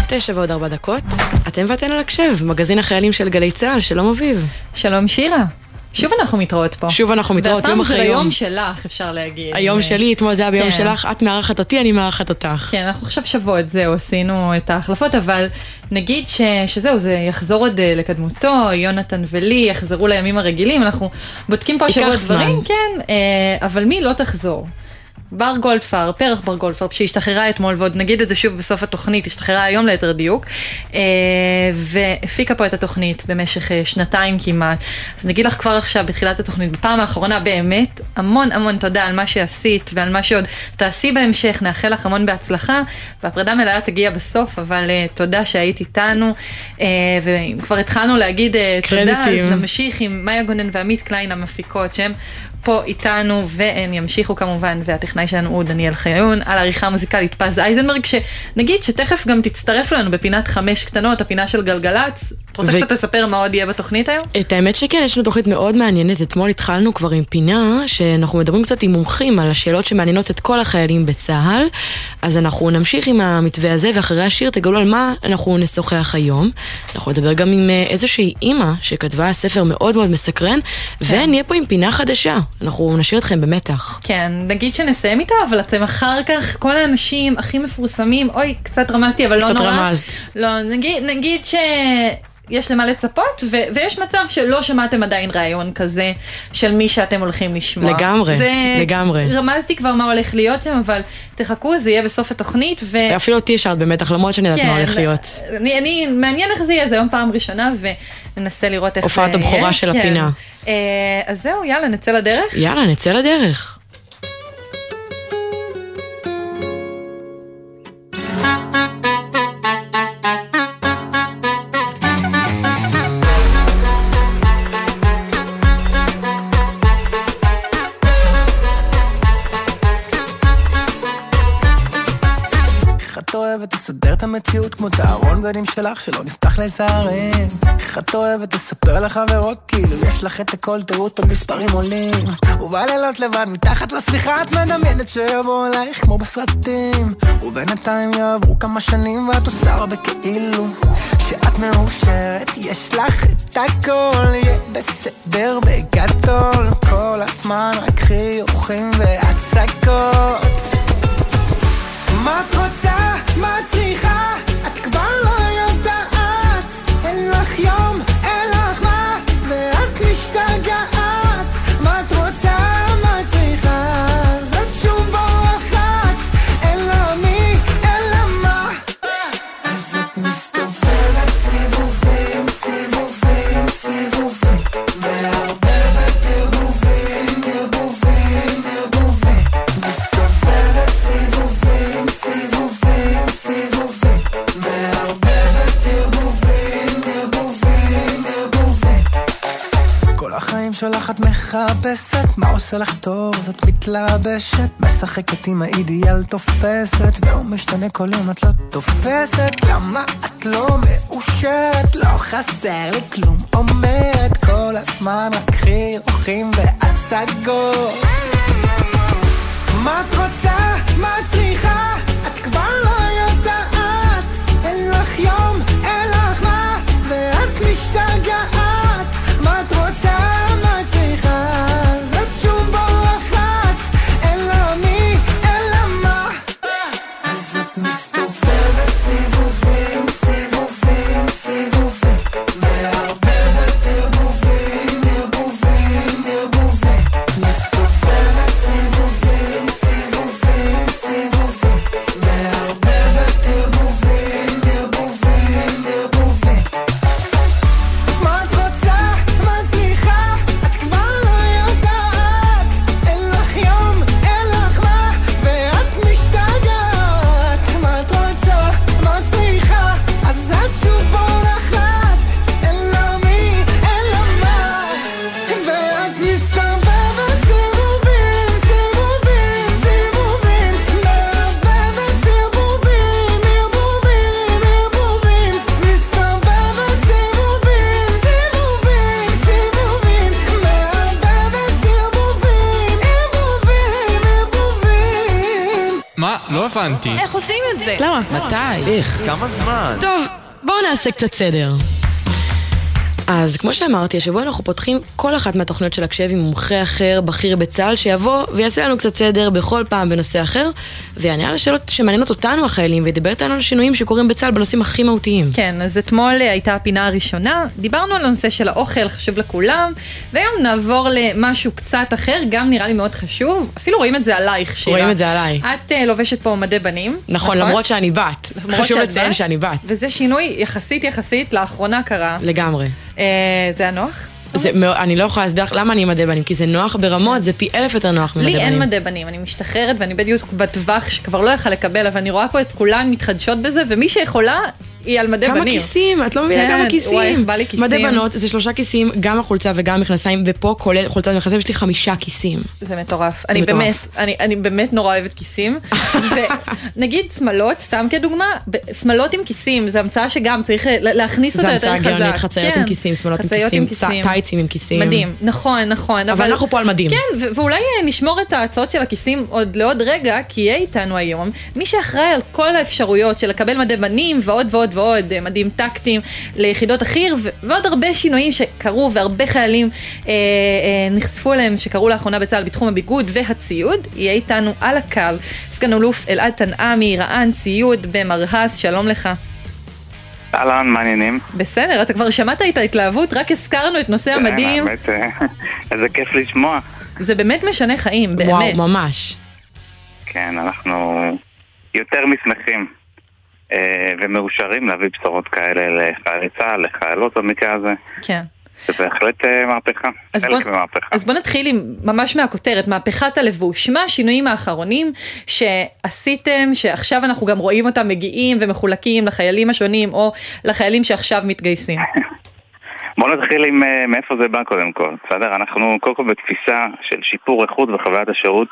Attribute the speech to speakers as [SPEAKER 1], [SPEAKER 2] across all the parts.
[SPEAKER 1] 9:04. אתם ואתן על הקשב, מגזין החיילים של גלי צהל, שלום אביב.
[SPEAKER 2] שלום שירה. שוב אנחנו מתראות פה.
[SPEAKER 1] שוב אנחנו מתראות, יום אחרי יום.
[SPEAKER 2] והפעם זה היום שלך, אפשר להגיד.
[SPEAKER 1] היום שלי, אתמול זה היה ביום שלך, את מארחת אותי, אני מארחת אותך.
[SPEAKER 2] כן, אנחנו עכשיו שבועות, זהו, עשינו את ההחלפות, אבל נגיד שזהו, זה יחזור עוד לקדמותו, יונתן ולי יחזרו לימים הרגילים, אנחנו בודקים פה שבועות דברים, כן, אבל מי לא תחזור? בר גולדפר, פרח בר גולדפר, שהשתחררה אתמול, ועוד נגיד את זה שוב בסוף התוכנית, השתחררה היום ליתר דיוק, והפיקה פה את התוכנית במשך שנתיים כמעט. אז נגיד לך כבר עכשיו, בתחילת התוכנית, בפעם האחרונה באמת, המון המון תודה על מה שעשית, ועל מה שעוד תעשי בהמשך, נאחל לך המון בהצלחה, והפרידה מלאה תגיע בסוף, אבל תודה שהיית איתנו, וכבר התחלנו להגיד תודה, אז נמשיך עם מאיה גונן ועמית קליין המפיקות, שהם פה איתנו, והם ימשיכו כמובן, והטכנאי שלנו הוא דניאל חיון, על העריכה המוזיקלית פז אייזנברג, שנגיד שתכף גם תצטרף לנו בפינת 5 קטנות, הפינה של גלגלץ. רוצה קצת לספר מה עוד יהיה בתוכנית היום?
[SPEAKER 1] את האמת שכן, יש לנו תוכנית מאוד מעניינת. אתמול התחלנו כבר עם פינה, שאנחנו מדברים קצת עם מומחים על השאלות שמעניינות את כל החיילים בצהל, אז אנחנו נמשיך עם המתווה הזה, ואחרי השיר תגלו על מה אנחנו נשוחח היום. אנחנו נדבר גם עם איזושהי אימא שכתבה ספר מאוד מאוד מסקרן, ונהיה פה עם פינה חדשה. אנחנו נשאיר אתכם במתח.
[SPEAKER 2] כן, נגיד שנסיים איתה, אבל אתם אחר כך, כל האנשים הכי מפורסמים, אוי, קצת רמזתי, אבל לא נורא. קצת רמזת. לא, נגיד יש למה לצפות, ויש מצב שלא שמעתם עדיין רעיון כזה, של מי שאתם הולכים לשמוע.
[SPEAKER 1] לגמרי.
[SPEAKER 2] רמזתי כבר מה הולך להיות שם, אבל תחכו, זה יהיה בסוף התוכנית,
[SPEAKER 1] אפילו אותי ישרת במתח, למרות שאני יודעת מה הולך להיות.
[SPEAKER 2] אני מעניין איך זה יהיה, זה היום פעם ראשונה, וננסה לראות איך
[SPEAKER 1] הופעת הבכורה של הפינה.
[SPEAKER 2] אז זהו, יאללה, נצא לדרך?
[SPEAKER 1] יאללה, נצא לדרך.
[SPEAKER 3] תסדר את המציאות כמו תארון בגדים שלך שלא נפתח לזרים. איך את אוהבת תספר לחברות כאילו יש לך את הכל תראו מספרים עולים. ובלילות לבד מתחת לסליחה את מדמיינת שיבוא עלייך כמו בסרטים. ובינתיים יעברו כמה שנים ואת עושה הרבה כאילו שאת מאושרת יש לך את הכל יהיה בסדר בגדול כל הזמן רק חיוכים והצגות. מה את רוצה? מה את צריכה? את כבר לא יודעת אין לך יום, אין לך מה ואת משתגעת מה את רוצה? מה את צריכה? זאת שום בורחת אין לה מי, אין לה מה אז את מסתובבת סיבובים, סיבובים, סיבובים מערבבת ערבובים, ערבובים, ערבובים מסתובבת סיבובים סיבובים, סיבובים מערבבת ערבובים, ערבובים, ערבובים כל החיים שלך את מחפשת מה עושה לך טוב אז את מתלבשת משחקת עם האידיאל תופסת והוא משתנה כל יום את לא תופסת למה את לא מאושרת לא חסר לי כלום אומרת כל הזמן רק חיוכים והצגות מה את רוצה? מה את צריכה? את כבר לא יודעת אין לך יום, אין לך מה ואת משתגעת מה את רוצה? מה את צריכה? זאת שום בורחת אין לה מי, אין לה מה אז את מסתובבת סיבובים, סיבובים, סיבובים מערבבת ערבובים, ערבובים, ערבובים מסתובבת סיבובים סיבובים, סיבובים מערבבת ערבובים, ערבובים, ערבובים מה את רוצה? מה את צריכה? את כבר לא יודעת אין לך יום, אין לך מה ואת משתגעת מה את
[SPEAKER 4] הבנתי.
[SPEAKER 5] איך עושים את זה?
[SPEAKER 1] למה?
[SPEAKER 5] מתי?
[SPEAKER 6] איך? כמה זמן?
[SPEAKER 1] טוב, בואו נעשה קצת סדר. אז כמו שאמרתי, השבוע אנחנו פותחים כל אחת מהתוכניות של הקשב עם מומחה אחר, בכיר בצה"ל, שיבוא ויעשה לנו קצת סדר בכל פעם בנושא אחר, ויענה על השאלות שמעניינות אותנו החיילים, וידבר איתנו על שינויים שקורים בצה"ל בנושאים הכי מהותיים.
[SPEAKER 2] כן, אז אתמול הייתה הפינה הראשונה, דיברנו על הנושא של האוכל, חשוב לכולם, והיום נעבור למשהו קצת אחר, גם נראה לי מאוד חשוב, אפילו רואים את זה עלייך, שירה.
[SPEAKER 1] רואים את זה עליי.
[SPEAKER 2] את לובשת פה מדי בנים.
[SPEAKER 1] נכון, למרות שאני בת. חשוב לציין שאני בת.
[SPEAKER 2] וזה שינוי יחסית לאחרונה קרה.
[SPEAKER 1] לגמרי.
[SPEAKER 2] זה היה נוח?
[SPEAKER 1] אני לא יכולה להסביר למה אני מדי בנים, כי זה נוח ברמות, זה פי 1000 יותר נוח ממדי בנים.
[SPEAKER 2] לי אין מדי בנים, אני משתחררת ואני בדיוק בטווח שכבר לא יכולה לקבל, אבל אני רואה פה את כולן מתחדשות בזה, ומי שיכולה היא על מדי בנים.
[SPEAKER 1] כמה כיסים, את לא מבינה כמה כיסים.
[SPEAKER 2] וואי, איך בא לי כיסים.
[SPEAKER 1] מדי בנות זה 3 כיסים, גם החולצה וגם מכנסיים, ופה כולל חולצה ומכנסיים, יש לי 5 כיסים.
[SPEAKER 2] זה מטורף. אני באמת נורא אוהבת כיסים. ונגיד שמלות, סתם כדוגמה, שמלות עם כיסים, זה המצאה שגם צריך להכניס אותה יותר חזק.
[SPEAKER 1] זה המצאה גאונית, חצאיות עם כיסים, שמלות עם כיסים, טייצים עם כיסים.
[SPEAKER 2] מדהים, נכון.
[SPEAKER 1] אבל אנחנו פה על מדים.
[SPEAKER 2] כן, ואולי נשמור את ההצעות של הכיסים עוד לעוד רגע, כי יהיה איתנו היום מי שאחראי על כל האפשרויות של לקבל מדי בנים ועוד מדים טקטיים ליחידות החי"ר ועוד הרבה שינויים שקרו והרבה חיילים נחשפו אליהם שקרו לאחרונה בצה"ל בתחום הביגוד והציוד. יהיה איתנו על הקו סגן אלוף אלעד תנעמי, רע"ן ציוד במרהס, שלום לך.
[SPEAKER 7] אהלן, מעניינים?
[SPEAKER 2] בסדר, אתה כבר שמעת את ההתלהבות, רק הזכרנו את נושא המדים.
[SPEAKER 7] איזה כיף לשמוע.
[SPEAKER 2] זה באמת משנה חיים, באמת.
[SPEAKER 1] וואו, ממש.
[SPEAKER 7] כן, אנחנו יותר משמחים ומאושרים להביא בשורות כאלה לחיילי צה"ל, לחיילות במקרה הזה.
[SPEAKER 2] כן.
[SPEAKER 7] זה בהחלט מהפכה, חלק ממהפכה.
[SPEAKER 2] אז בוא נתחיל ממש מהכותרת, מהפכת הלבוש. מה השינויים האחרונים שעשיתם, שעכשיו אנחנו גם רואים אותם מגיעים ומחולקים לחיילים השונים, או לחיילים שעכשיו מתגייסים?
[SPEAKER 7] בוא נתחיל עם מאיפה זה בא קודם כל, בסדר? אנחנו קודם כל בתפיסה של שיפור איכות וחוויית השירות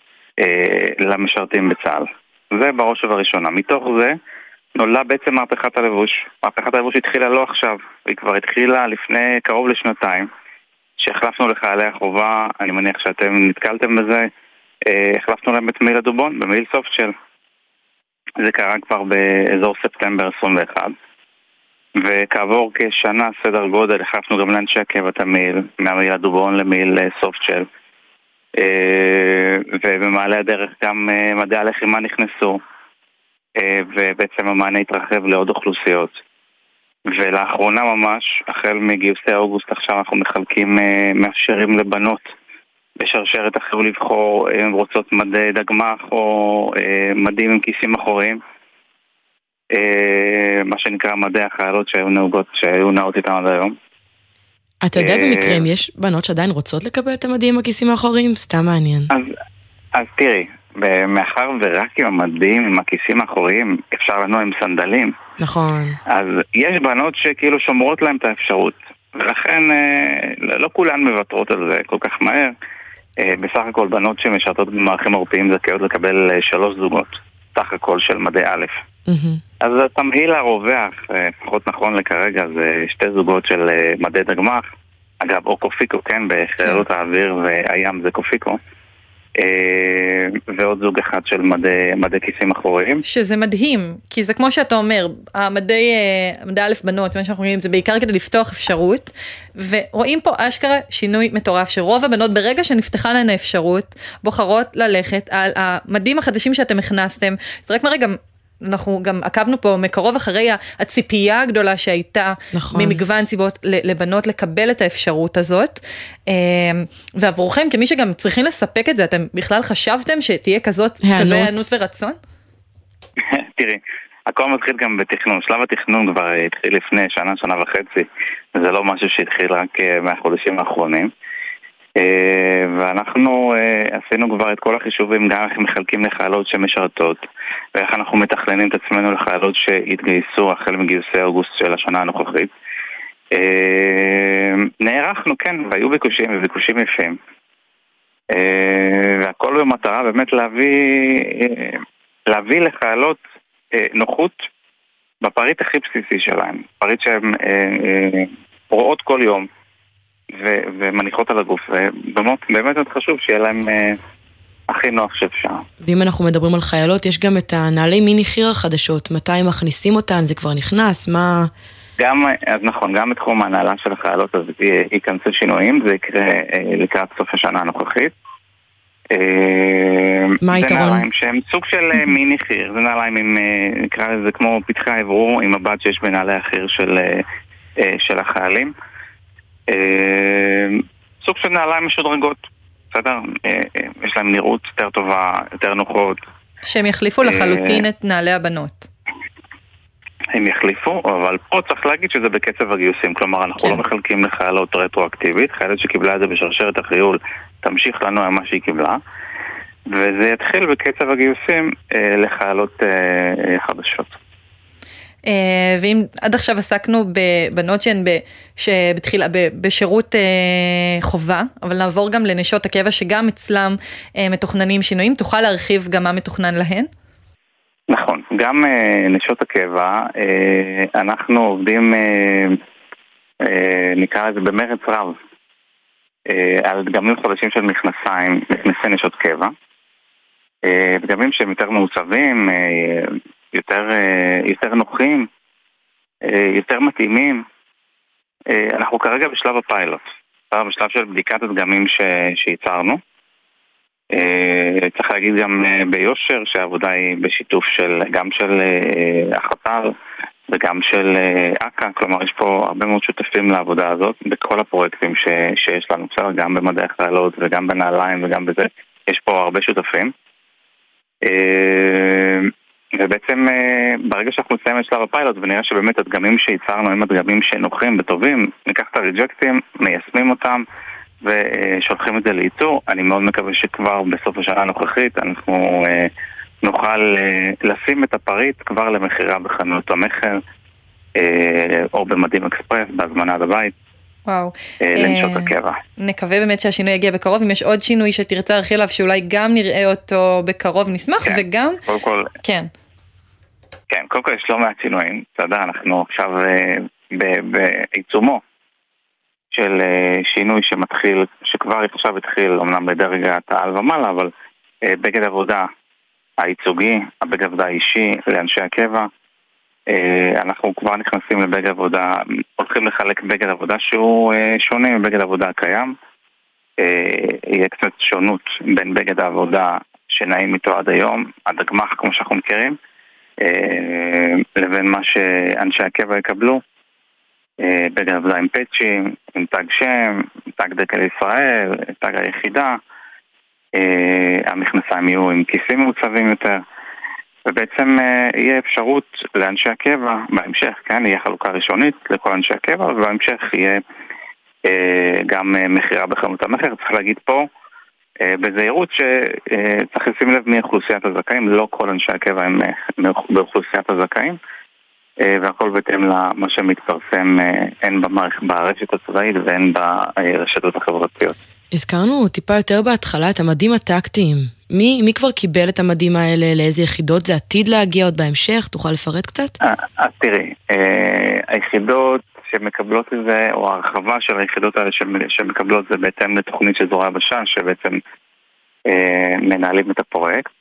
[SPEAKER 7] למשרתים בצה"ל. זה בראש ובראשונה. מתוך זה נולדה בעצם מהפכת הלבוש. מהפכת הלבוש התחילה לא עכשיו, היא כבר התחילה לפני קרוב לשנתיים, שהחלפנו לחיילי החובה, אני מניח שאתם נתקלתם בזה, החלפנו להם את מעיל הדובון במעיל סופטשל. זה קרה כבר באזור ספטמבר 21, וכעבור כשנה סדר גודל החלפנו גם לאנשי הקבע את המעיל, מהמעיל הדובון למעיל סופטשל, ובמעלה הדרך גם מדעי הלחימה נכנסו, ובעצם המענה התרחב לעוד אוכלוסיות. ולאחרונה ממש, החל מגיוסי אוגוסט עכשיו אנחנו מחלקים, מאפשרים לבנות בשרשרת אחר לבחור אם רוצות מדי דגמח או מדים עם כיסים אחוריים, מה שנקרא מדעי החיילות שהיו נעות איתם עד היום.
[SPEAKER 1] אתה יודע במקרים, יש בנות שעדיין רוצות לקבל את המדים עם הכיסים האחוריים? סתם מעניין.
[SPEAKER 7] אז תראי, מאחר ורק עם המדים, עם הכיסים האחוריים, אפשר לנוע עם סנדלים.
[SPEAKER 1] נכון.
[SPEAKER 7] אז יש בנות שכאילו שומרות להם את האפשרות, ולכן לא כולן מבטרות על זה כל כך מהר. בסך הכל בנות שמשרתות במערכים עורפיים זכאיות לקבל 3 זוגות, סך הכל של מדי א'. אז התמהיל הרווח, פחות נכון לכרגע, זה 2 זוגות של מדי דגמח, אגב, או קופיקו, כן, בחיילות האוויר והים זה קופיקו. ועוד זוג אחד של מדי כיסים אחוריים.
[SPEAKER 2] שזה מדהים, כי זה כמו שאתה אומר, מדעי א' בנות, מה שאנחנו רואים, זה בעיקר כדי לפתוח אפשרות, ורואים פה אשכרה שינוי מטורף, שרוב הבנות ברגע שנפתחה להן האפשרות, בוחרות ללכת על המדים החדשים שאתם הכנסתם. זה רק מראה גם, אנחנו גם עקבנו פה מקרוב אחרי הציפייה הגדולה שהייתה ממגוון סיבות לבנות לקבל את האפשרות הזאת, ועבורכם כמי שגם צריכים לספק את זה, אתם בכלל חשבתם שתהיה כזה הענות ורצון?
[SPEAKER 7] תראי, הכל מתחיל גם בתכנון, שלב התכנון כבר התחיל לפני שנה וחצי, זה לא משהו שהתחיל רק מהחודשים האחרונים, ואנחנו עשינו כבר את כל החישובים, גם איך מחלקים לחיילות שמשרתות, ואיך אנחנו מתכננים את עצמנו לחיילות שהתגייסו החל מגיוסי אוגוסט של השנה הנוכחית. נערכנו, כן, והיו ביקושים וביקושים יפים, והכל במטרה באמת להביא לחיילות נוחות בפריט הכי בסיסי שלהם, פריט שהן רואות כל יום ומניחות על הגוף, ובאמת חשוב שיהיה להם הכי נוח שאפשר.
[SPEAKER 1] ואם אנחנו מדברים על חיילות, יש גם את הנעלי מיני חי"ר החדשות, מתי מכניסים אותן, זה כבר נכנס, מה...
[SPEAKER 7] אז נכון, גם בתחום הנעלה של החיילות, אז ייכנסו שינויים, זה יקרה לקראת סוף השנה הנוכחית.
[SPEAKER 1] מה היתרון?
[SPEAKER 7] זה נעליים שהם סוג של מיני חי"ר, זה נעליים עם, נקרא לזה כמו פתחי האוורור, עם מבט שיש בנעלי החי"ר של החיילים. סוג של נעליים משודרגות, בסדר? יש להם נראות יותר טובה, יותר נוחות.
[SPEAKER 2] שהם יחליפו לחלוטין את נעלי הבנות.
[SPEAKER 7] הם יחליפו, אבל פה צריך להגיד שזה בקצב הגיוסים, כלומר אנחנו לא מחלקים לחיילות רטרואקטיבית, חיילת שקיבלה את זה בשרשרת החיול תמשיך לנו מה שהיא קיבלה, וזה יתחיל בקצב הגיוסים לחיילות חדשות.
[SPEAKER 2] ואם עד עכשיו עסקנו בבנות שהן בשירות חובה, אבל נעבור גם לנשות הקבע שגם אצלם מתוכננים שינויים, תוכל להרחיב גם מה מתוכנן להן?
[SPEAKER 7] נכון, גם נשות הקבע, אנחנו עובדים, נקרא לזה במרץ רב, על דגמים חדשים של מכנסיים, מכנסי נשות קבע, דגמים שהם יותר מעוצבים, יותר נוחים, יותר מתאימים. אנחנו כרגע בשלב הפיילוט, בשלב של בדיקת הדגמים שייצרנו. צריך להגיד גם ביושר שהעבודה היא בשיתוף גם של החת"ל וגם של אק"א, כלומר יש פה הרבה מאוד שותפים לעבודה הזאת בכל הפרויקטים שיש לנו, בסדר, גם במדעי החיילות וגם בנעליים וגם בזה, יש פה הרבה שותפים. ובעצם ברגע שאנחנו נסיים את שלב הפיילוט ונראה שבאמת הדגמים שייצרנו הם הדגמים שנוחים וטובים, ניקח את הריג'קטים, מיישמים אותם ושולחים את זה לייצור. אני מאוד מקווה שכבר בסוף השנה הנוכחית אנחנו נוכל לשים את הפריט כבר למחירה בחנויות המחר או במדים אקספרס בהזמנה עד הבית.
[SPEAKER 2] וואו.
[SPEAKER 7] לנשות הקבע.
[SPEAKER 2] נקווה באמת שהשינוי יגיע בקרוב. אם יש עוד שינוי שתרצה להרחיב עליו שאולי גם נראה אותו בקרוב נשמח,
[SPEAKER 7] כן,
[SPEAKER 2] וגם...
[SPEAKER 7] כן. כן, קודם כל יש לא מעט שינויים. אתה יודע, אנחנו עכשיו בעיצומו של שינוי שמתחיל, שכבר עכשיו התחיל, אמנם בדרגת העל ומעלה, אבל בגד עבודה הייצוגי, הבגד עבודה האישי לאנשי הקבע, אנחנו כבר נכנסים לבגד עבודה, הולכים לחלק בגד עבודה שהוא שונה מבגד עבודה הקיים. יהיה קצת שונות בין בגד העבודה שנעים איתו עד היום, עד הגמח כמו שאנחנו מכירים, לבין מה שאנשי הקבע יקבלו. בגד עבודה עם פצ'ים, עם תג שם, תג דקל ישראל, תג היחידה. המכנסיים יהיו עם כיסים מעוצבים יותר, ובעצם יהיה אפשרות לאנשי הקבע בהמשך, כן, יהיה חלוקה ראשונית לכל אנשי הקבע, ובהמשך יהיה גם מחירה בחנות המחר. צריך להגיד פה בזהירות שצריך לשים לב מי אוכלוסיית הזכאים, לא כל אנשי הקבע הם באוכלוסיית הזכאים, והכל בהתאם למה שמתפרסם הן ברשת הצבאית והן ברשתות החברתיות.
[SPEAKER 1] הזכרנו טיפה יותר בהתחלה את המדים הטקטיים. מי כבר קיבל את המדים האלה? לאיזה יחידות זה עתיד להגיע עוד בהמשך? תוכל לפרט קצת?
[SPEAKER 7] אז תראי, היחידות שמקבלות את זה, או ההרחבה של היחידות האלה שמקבלות זה בהתאם לתוכנית של זרוע היבשה, שבעצם מנהלים את הפרויקט.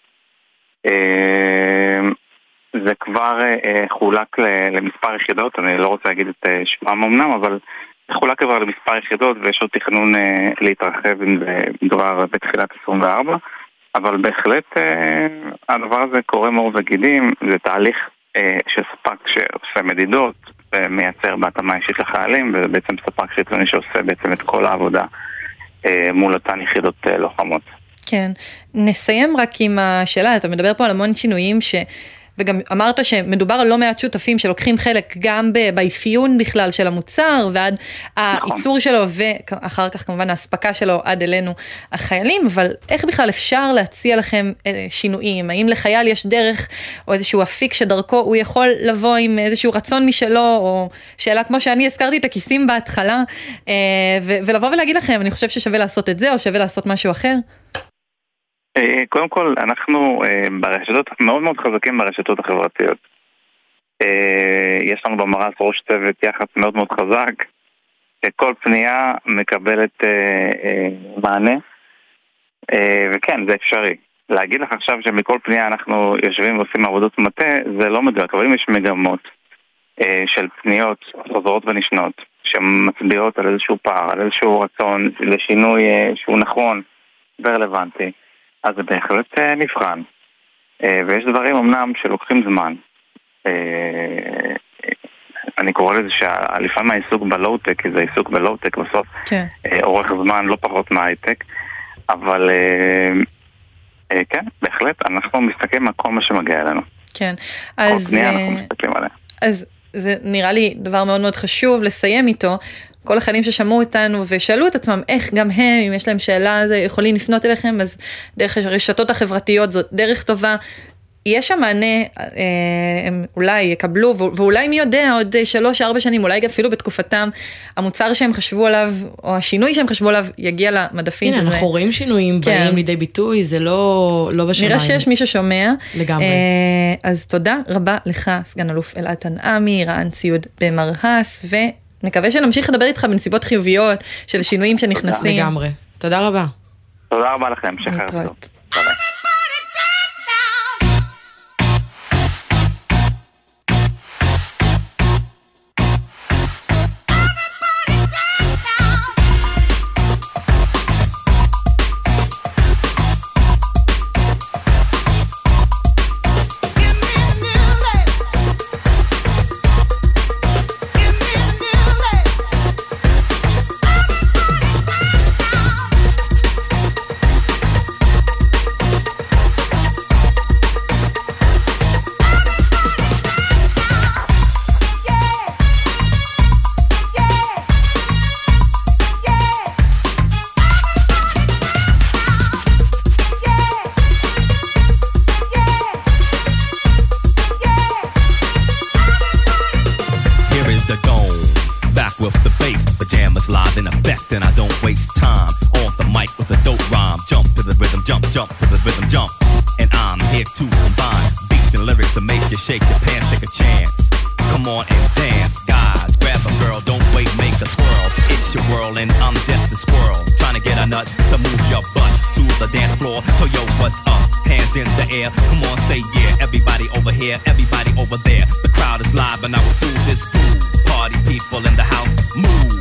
[SPEAKER 7] זה כבר חולק למספר יחידות, אני לא רוצה להגיד את שמם אמנם, אבל זה חולק כבר למספר יחידות, ויש עוד תכנון להתרחב עם זה כבר בתחילת 24, אבל בהחלט הדבר הזה קורה מאור וגידים, זה תהליך של ספק שעושה מדידות, ומייצר בהתאמה אישית לחיילים, ובעצם ספק חיצוני שעושה בעצם את כל העבודה מול אותן יחידות לוחמות.
[SPEAKER 2] כן, נסיים רק עם השאלה, אתה מדבר פה על המון שינויים וגם אמרת שמדובר על לא מעט שותפים שלוקחים חלק גם באפיון בכלל של המוצר ועד הייצור שלו ואחר כך כמובן ההספקה שלו עד אלינו החיילים, אבל איך בכלל אפשר להציע לכם שינויים? האם לחייל יש דרך או איזשהו אפיק שדרכו הוא יכול לבוא עם איזשהו רצון משלו, או שאלה כמו שאני הזכרתי את הכיסים בהתחלה, ולבוא ולהגיד לכם, אני חושב ששווה לעשות את זה או שווה לעשות משהו אחר?
[SPEAKER 7] קודם כל, אנחנו ברשתות, מאוד מאוד חזקים ברשתות החברתיות. יש לנו במרס ראש צוות יחס מאוד מאוד חזק, כל פנייה מקבלת מענה, וכן, זה אפשרי. להגיד לך עכשיו שמכל פנייה אנחנו יושבים ועושים עבודות מטה, זה לא מדויק, אבל אם יש מגמות של פניות חוזרות ונשנות, שמצביעות על איזשהו פער, על איזשהו רצון לשינוי שהוא נכון ורלוונטי, אז זה בהחלט נבחן. ויש דברים אמנם שלוקחים זמן. אני קורא לזה שלפעמים העיסוק בלואו-טק, כי זה עיסוק בלואו-טק בסוף, אורך זמן לא פחות מההייטק, אבל כן, בהחלט, אנחנו מסתכלים על כל מה שמגיע אלינו.
[SPEAKER 2] כן,
[SPEAKER 7] כל פנייה אנחנו מסתכלים עליה.
[SPEAKER 2] אז זה נראה לי דבר מאוד מאוד חשוב לסיים איתו. כל החיילים ששמעו אותנו ושאלו את עצמם איך גם הם, אם יש להם שאלה, יכולים לפנות אליכם, אז דרך הרשתות החברתיות זאת דרך טובה. יש שם מענה, הם אולי יקבלו, ואולי מי יודע, עוד 3-4 שנים, אולי אפילו בתקופתם, המוצר שהם חשבו עליו, או השינוי שהם חשבו עליו, יגיע למדפים.
[SPEAKER 1] הנה, אנחנו רואים שינויים באים לידי ביטוי, זה לא בשמיים.
[SPEAKER 2] נראה שיש מי ששומע.
[SPEAKER 1] לגמרי.
[SPEAKER 2] אז תודה רבה לך, סגן אלוף אלעד תנעמי, רע"ן ציוד במרהס, ונקווה שנמשיך לדבר איתך בנסיבות חיוביות, של שינויים שנכנסים.
[SPEAKER 1] לגמרי. תודה רבה.
[SPEAKER 7] תודה רבה לכם, שחר טוב. ביי.
[SPEAKER 4] And I don't waste time on the mic with a dope rhyme. Jump to the rhythm, jump to the rhythm, jump. And I'm here to combine beats and lyrics to make you shake your pants, take a chance. Come on and dance, guys. Grab a girl, don't wait, make a twirl. It's your world and I'm just a squirrel. Trying to get a nut to move your butt to the dance floor. So yo, what's up? Hands in the air. Come on, say yeah. Everybody over here, everybody over there. The crowd is live and I will do this groove. Party people in the house, move.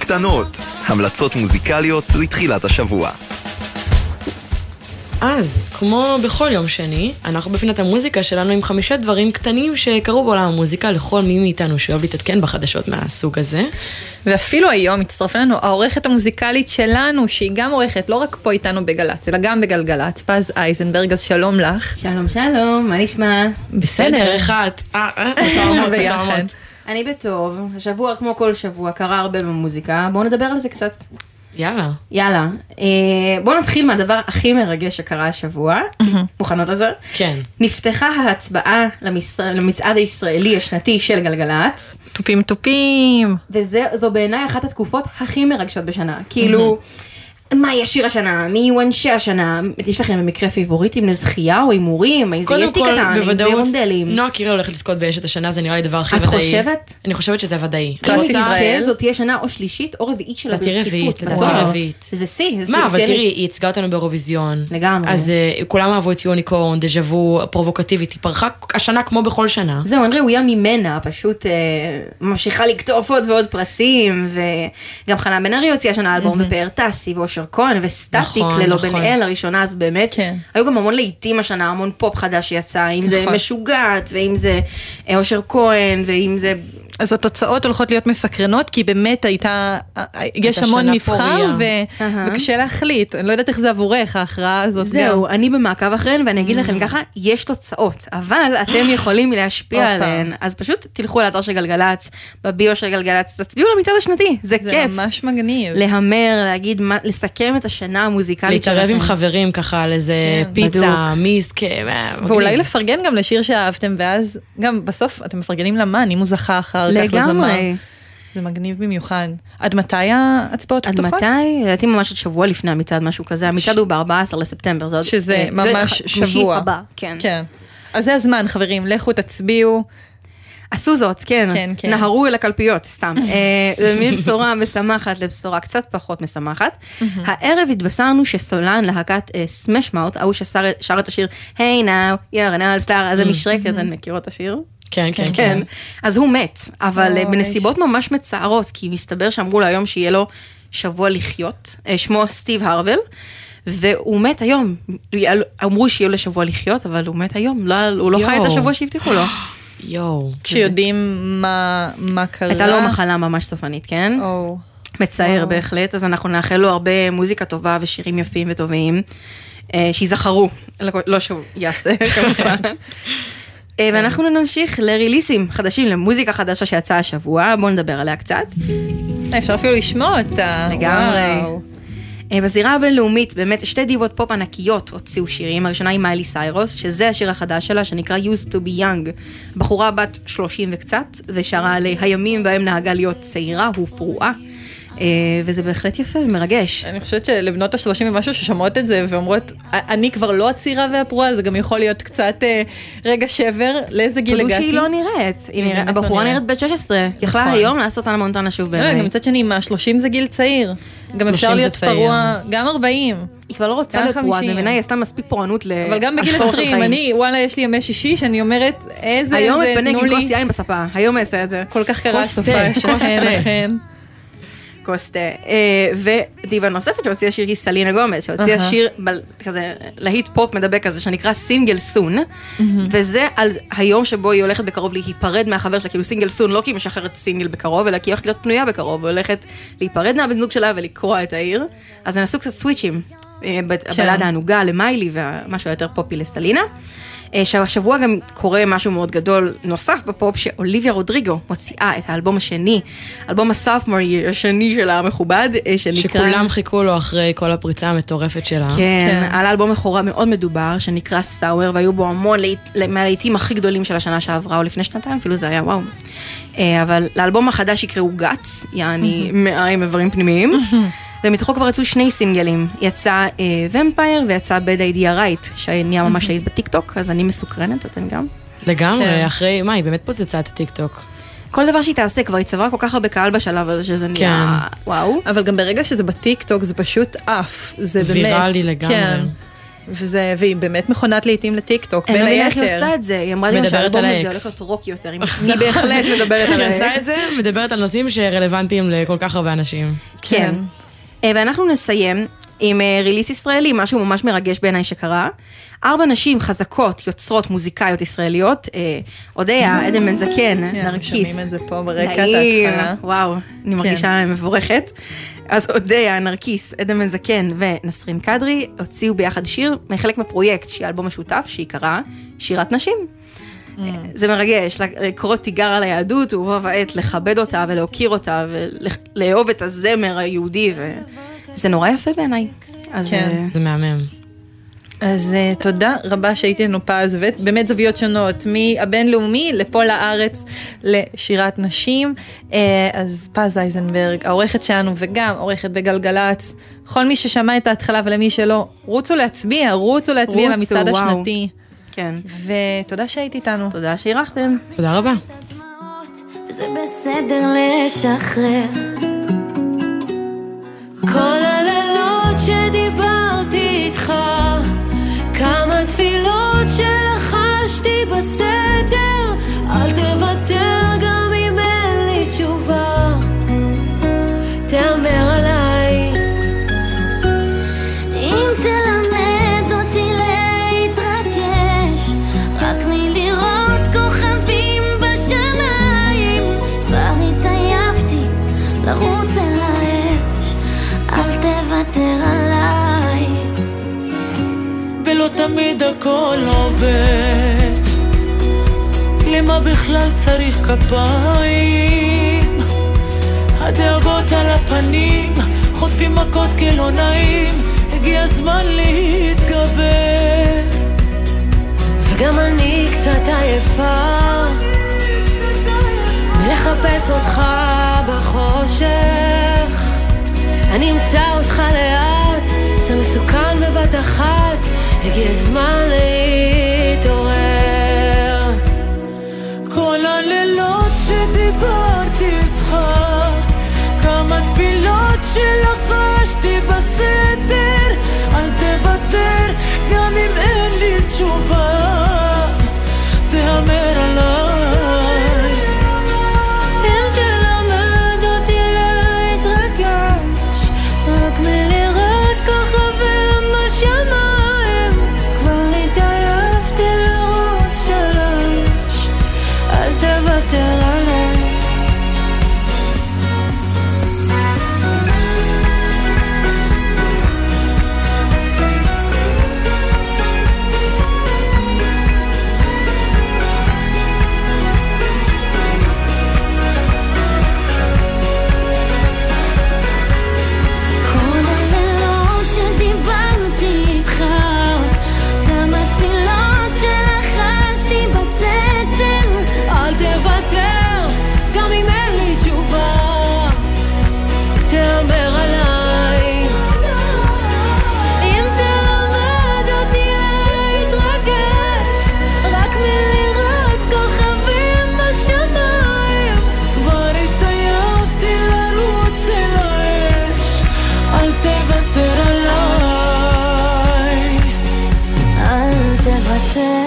[SPEAKER 5] קטנות, המלצות מוזיקליות לתחילת השבוע.
[SPEAKER 1] אז, כמו בכל יום שני, אנחנו בפינת המוזיקה שלנו עם 5 דברים קטנים שקרו בעולם המוזיקה לכל מי מאיתנו שאוהב להתעדכן בחדשות מהסוג הזה.
[SPEAKER 2] ואפילו היום הצטרף לנו העורכת המוזיקלית שלנו, שהיא גם עורכת, לא רק פה איתנו בגלץ, אלא גם בגלגלץ, פז אייזנברג, אז שלום לך.
[SPEAKER 6] שלום שלום, מה נשמע?
[SPEAKER 1] בסדר, אחת.
[SPEAKER 2] ביחד.
[SPEAKER 6] אני בטוב, השבוע כמו כל שבוע קרה הרבה במוזיקה, בואו נדבר על זה קצת.
[SPEAKER 1] יאללה.
[SPEAKER 6] בואו נתחיל מהדבר הכי מרגש שקרה השבוע, מוכנות לזה?
[SPEAKER 1] כן.
[SPEAKER 6] נפתחה ההצבעה למצעד הישראלי השנתי של גלגלץ.
[SPEAKER 2] טופים.
[SPEAKER 6] וזו בעיניי אחת התקופות הכי מרגשות בשנה, כאילו... מה יש שיר השנה? מי יהיו אנשי השנה? יש לכם במקרה פיבוריטים לזכייה או הימורים? איזה יתי קטן? איזה רונדלים?
[SPEAKER 1] נועה קירל הולכת לזכות באשת השנה, זה נראה לי דבר הכי ודאי.
[SPEAKER 6] את חושבת?
[SPEAKER 1] אני חושבת שזה ודאי.
[SPEAKER 6] זאת תהיה שנה או שלישית או רביעית שלה ברציפות.
[SPEAKER 1] לדעתי רביעית.
[SPEAKER 6] זה שיא.
[SPEAKER 1] מה, אבל תראי, היא הצגה אותנו באירוויזיון.
[SPEAKER 6] לגמרי.
[SPEAKER 1] אז כולם אהבו את יוניקורן, דז'אבו, פרובוקטיבית, היא פרחה השנה כמו בכל שנה.
[SPEAKER 6] זהו, אני ראויה ממנה, פשוט ממשיכה לקטוף עוד ועוד פרסים, וגם חנה בן ארי הוציאה השנה אלבום בפאר טסי ואושר כהן וסטטיק ללא בן אל הראשונה, אז באמת היו גם המון לעיתים השנה, המון פופ חדש שיצא, אם זה משוגעת, ואם זה אושר כהן, ואם זה...
[SPEAKER 2] אז התוצאות הולכות להיות מסקרנות, כי באמת יש המון מבחר, וקשה להחליט. אני לא יודעת איך זה עבורך, ההכרעה הזאת.
[SPEAKER 6] זהו, אני במעקב אחריהן, ואני אגיד לכם ככה, יש תוצאות, אבל אתם יכולים להשפיע עליהן, אז פשוט תלכו לאתר של גלגלץ, בביו של גלגלץ, תצביעו למצעד השנתי, זה כיף.
[SPEAKER 2] זה ממש מגניב.
[SPEAKER 6] להמר, להגיד, לסכם את השנה המוזיקלית שלכם.
[SPEAKER 1] להתערב עם חברים ככה על איזה פיצה, מיסקה,
[SPEAKER 2] ואולי לפרגן גם לשיר שאהבתם, ואז גם בסוף אתם מפרגנים למן, אם הוא זכה אחר כך לזמר. זה מגניב במיוחד. עד מתי ההצבעות פתוחות?
[SPEAKER 6] עד מתי? לדעתי ממש עוד שבוע לפני המצעד, משהו כזה. המצעד הוא ב-14 לספטמבר.
[SPEAKER 2] שזה ממש שבוע.
[SPEAKER 6] הבא, כן.
[SPEAKER 2] אז זה הזמן, חברים, לכו תצביעו.
[SPEAKER 6] עשו זאת, כן. נהרו אל הקלפיות, סתם. מבשורה משמחת לבשורה קצת פחות משמחת. הערב התבשרנו שסולן להקת סמש מאוט, ההוא ששר את השיר Hey now, you're an all star, אז הם משרקת, אני מכירות את השיר?
[SPEAKER 1] כן.
[SPEAKER 6] אז הוא מת, אבל בנסיבות ממש מצערות, כי מסתבר שאמרו לו היום שיהיה לו שבוע לחיות, שמו סטיב הרבל, והוא מת היום. אמרו שיהיה לו שבוע לחיות, אבל הוא מת היום, הוא לא חי את השבוע שהבטיחו לו.
[SPEAKER 2] כשיודעים מה קרה.
[SPEAKER 6] הייתה לו מחלה ממש סופנית, כן? מצער בהחלט, אז אנחנו נאחל לו הרבה מוזיקה טובה ושירים יפים וטובים, שיזכרו, לא שהוא יעשה כמובן. ואנחנו נמשיך לריליסים חדשים, למוזיקה חדשה שיצאה השבוע, בואו נדבר עליה קצת.
[SPEAKER 2] אפשר אפילו לשמוע אותה.
[SPEAKER 6] לגמרי. בזירה הבינלאומית, באמת, 2 דיבות פופ ענקיות הוציאו שירים. הראשונה היא מיילי סיירוס, שזה השיר החדש שלה, שנקרא Used to be Young. בחורה בת 30 וקצת, ושרה על הימים בהם נהגה להיות צעירה, הופרועה. וזה בהחלט יפה ומרגש.
[SPEAKER 2] אני חושבת שלבנות ה-30 ומשהו ששמעות את זה ואומרות, אני כבר לא הצעירה והפרועה, זה גם יכול להיות קצת רגע שבר, לאיזה גיל הגעתי.
[SPEAKER 6] שהיא לא נראית. הבחורה נראית בת 16. יכלה היום לעשות על מונטנה שוב בעיניי.
[SPEAKER 2] גם מצד שני, מה-30 זה גיל צעיר. גם אפשר להיות פרוע, גם 40.
[SPEAKER 6] היא כבר לא רוצה להיות פרועה, במנה היא עשתה מספיק פורענות לחיים.
[SPEAKER 2] אבל גם בגיל 20, וואלה, יש לי ימי שישי, שאני אומרת, איזה,
[SPEAKER 6] היום את פנק עם כוס יין בספה, היום אעשה את זה.
[SPEAKER 2] כל כך קרה סופה, שכן.
[SPEAKER 6] קוסטה, ודיבה נוספת שהוציאה שיר היא סלינה גומז, שהוציאה שיר כזה להיט פופ מדבק כזה שנקרא סינגל סון, וזה על היום שבו היא הולכת בקרוב להיפרד מהחבר שלה, כאילו סינגל סון, לא כי היא משחררת סינגל בקרוב, אלא כי היא הולכת להיות פנויה בקרוב, והולכת להיפרד מהבן זוג שלה ולקרוע את העיר, אז נעשו קצת סוויצ'ים, הבלדה הענוגה למיילי ומשהו יותר פופי לסלינה. שהשבוע גם קורה משהו מאוד גדול נוסף בפופ, שאוליביה רודריגו מוציאה את האלבום השני, אלבום הסופמור השני שלה המכובד,
[SPEAKER 1] שכולם חיכו לו אחרי כל הפריצה המטורפת שלה.
[SPEAKER 6] כן, על האלבום מכורה מאוד מדובר, שנקרא סאואר, והיו בו המון מהלהיטים הכי גדולים של השנה שעברה, או לפני שנתיים, אפילו זה היה וואו. אבל לאלבום החדש יקראו גאץ, יעני 100 עם איברים פנימיים, ומתוכו כבר יצאו 2 סינגלים, יצא ומפייר ויצא Bad Idea Right, שנהיה ממש להיט בטיקטוק, אז אני מסוקרנת, אתם גם?
[SPEAKER 1] לגמרי, אחרי, מה, היא באמת פוצצה את הטיקטוק.
[SPEAKER 6] כל דבר שהיא תעשה, כבר היא צברה כל כך הרבה קהל בשלב הזה, שזה נהיה וואו.
[SPEAKER 2] אבל גם ברגע שזה בטיקטוק, זה פשוט אף, זה באמת.
[SPEAKER 1] ויראלי לגמרי.
[SPEAKER 2] והיא באמת מכונת לעתים לטיקטוק, בין
[SPEAKER 6] היתר. אני לא מבינה איך היא
[SPEAKER 2] היתר.
[SPEAKER 6] עושה את זה, היא אמרה לי שהאלבום הזה הולך להיות רוקי יותר, היא בהחלט מדברת על
[SPEAKER 1] היא עושה
[SPEAKER 6] האקס.
[SPEAKER 1] את זה, מדברת על נושאים שרלוונטיים לכל כך הרבה אנשים.
[SPEAKER 6] כן. ואנחנו נסיים עם ריליס ישראלי, משהו ממש מרגש בעיניי שקרה. 4 נשים חזקות, יוצרות, מוזיקאיות ישראליות, אודיה, עדן בן זקן, נרקיס.
[SPEAKER 2] שומעים את זה פה ברקע, את ההתחלה.
[SPEAKER 6] וואו, אני מרגישה מבורכת. אז אודיה, נרקיס, עדן בן זקן ונסרין קדרי הוציאו ביחד שיר מחלק מפרויקט, שהיא אלבום משותף, שהיא קראה שירת נשים. זה מרגש, לקרוא תיגר על היהדות, ובה ועת לכבד אותה ולהוקיר אותה, ולאהוב את הזמר היהודי, וזה נורא יפה בעיניי.
[SPEAKER 2] כן.
[SPEAKER 1] זה מהמם.
[SPEAKER 2] אז תודה רבה שהייתנו פז, ובאמת זוויות שונות, מהבינלאומי לפה לארץ לשירת נשים. אז פז אייזנברג, העורכת שלנו וגם עורכת בגלגלץ, כל מי ששמע את ההתחלה ולמי שלא, רוצו להצביע למצעד השנתי.
[SPEAKER 6] כן.
[SPEAKER 2] ותודה שהיית איתנו.
[SPEAKER 6] תודה שהירחתם.
[SPEAKER 1] תודה רבה.
[SPEAKER 8] זה בסדר לשחרר כל הלילות שדיברתי איתך, כמה תפילות שלחשתי בסתר, אל תוותר גם אם אין לי תשובה, תאמר עליי. אם תלמד אותי להתרגש רק מלראות כוכבים בשמיים, כבר התעייפתי לרוץ אל האש, אל תוותר עליי.
[SPEAKER 9] ולא תמיד הכל עובד, למה בכלל צריך כפיים? הדאגות על הפנים חוטפים מכות כלא נעים, הגיע הזמן להתגבר.
[SPEAKER 8] וגם אני קצת עייפה מלחפש אותך בחושך, אני אמצא אותך לאט, זה מסוכן בבת אחת, הגיע הזמן להתעורר.
[SPEAKER 9] כל הלילות שדיברתי איתך, כמה תפילות שלחשתי בסתר, אל תוותר גם אם אין לי תשובה, תאמר עליי.
[SPEAKER 8] אם תלמד אותי להתרגש רק מלראות כוכבים בשמיים, כבר התעייפתי לרוץ אל האש, אל תוותר עליי. כל הלילות שדיברתי איתך, כמה תפילות שלחשתי בסתר, אל תוותר גם אם אין לי תשובה, תאמר עליי. אם תלמד אותי להתרגש רק מלראות כוכבים בשמיים,
[SPEAKER 9] כבר התעייפתי לרוץ אל האש, אל תוותר עליי.
[SPEAKER 8] אל תוותר.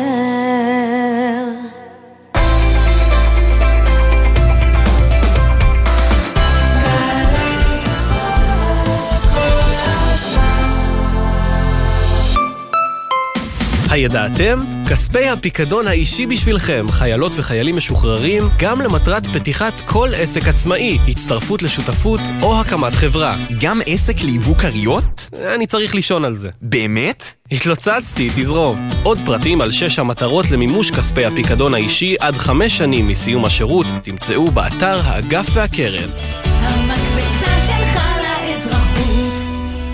[SPEAKER 10] הידעתם? כספי הפיקדון האישי בשבילכם, חיילות וחיילים משוחררים, גם למטרת פתיחת כל עסק עצמאי, הצטרפות לשותפות או הקמת חברה.
[SPEAKER 5] גם עסק ליבוא כריות?
[SPEAKER 10] אני צריך לישון על זה.
[SPEAKER 5] באמת?
[SPEAKER 10] התלוצצתי, תזרום. עוד פרטים על 6 המטרות למימוש כספי הפיקדון האישי עד 5 שנים מסיום השירות, תמצאו באתר האגף והקרן.
[SPEAKER 8] המקבצה שלך לאזרחות.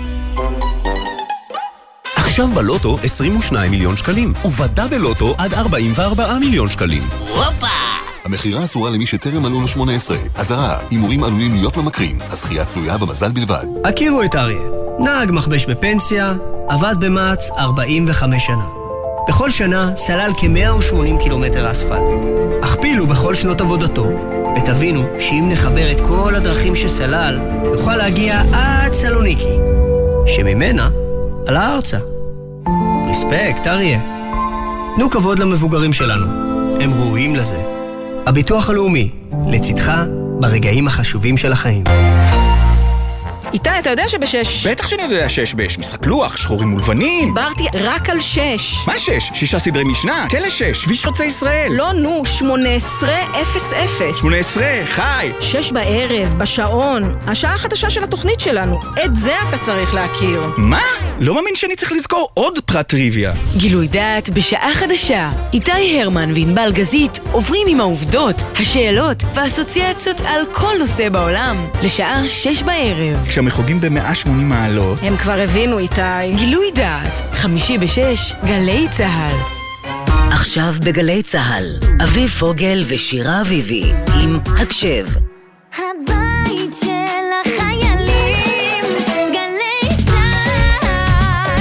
[SPEAKER 11] עכשיו בלוטו 22 מיליון שקלים, ובדאבל לוטו עד 44 מיליון שקלים.
[SPEAKER 8] הופה!
[SPEAKER 11] המחירה אסורה למי שטרם מלאו לו 18. אזהרה, הימורים עלולים להיות ממכרים, הזכייה תלויה במזל בלבד.
[SPEAKER 12] הכירו את אריה, נהג מכבש בפנסיה, עבד במעץ 45 שנה. בכל שנה סלל כ-180 קילומטר אספלט. הכפילו בכל שנות עבודתו, ותבינו שאם נחבר את כל הדרכים שסלל, נוכל להגיע עד סלוניקי, שממנה עלה ארצה. רספקט, אריה. תנו כבוד למבוגרים שלנו. הם ראויים לזה. הביטוח הלאומי, לצדך ברגעים החשובים של החיים.
[SPEAKER 13] איתי, אתה יודע שבשש?
[SPEAKER 14] בטח שאני יודע שיש בש. משחק לוח, שחורים מולבנים.
[SPEAKER 13] דיברתי רק על 6.
[SPEAKER 14] מה 6? 6 סדרי משנה? כן 6. כביש חוצה ישראל.
[SPEAKER 13] לא, נו, 18:00.
[SPEAKER 14] 18, חי.
[SPEAKER 13] 6 בערב, בשעון. השעה החדשה של התוכנית שלנו. את זה אתה צריך להכיר.
[SPEAKER 14] מה? לא מאמין שאני צריך לזכור עוד פרט טריוויה.
[SPEAKER 1] גילוי דעת בשעה חדשה. איתי הרמן וענבל גזית עוברים עם העובדות, השאלות והאסוציאציות על כל נושא בעולם. לשעה 6 בערב.
[SPEAKER 14] כשמחוגים ב-180 מעלות.
[SPEAKER 13] הם כבר הבינו, איתי.
[SPEAKER 1] גילוי דעת, 5 ב-6, גלי צהל.
[SPEAKER 15] עכשיו בגלי צהל, אביב פוגל ושירה אביבי עם הקשב.
[SPEAKER 8] הבית של החיילים, גלי צהל.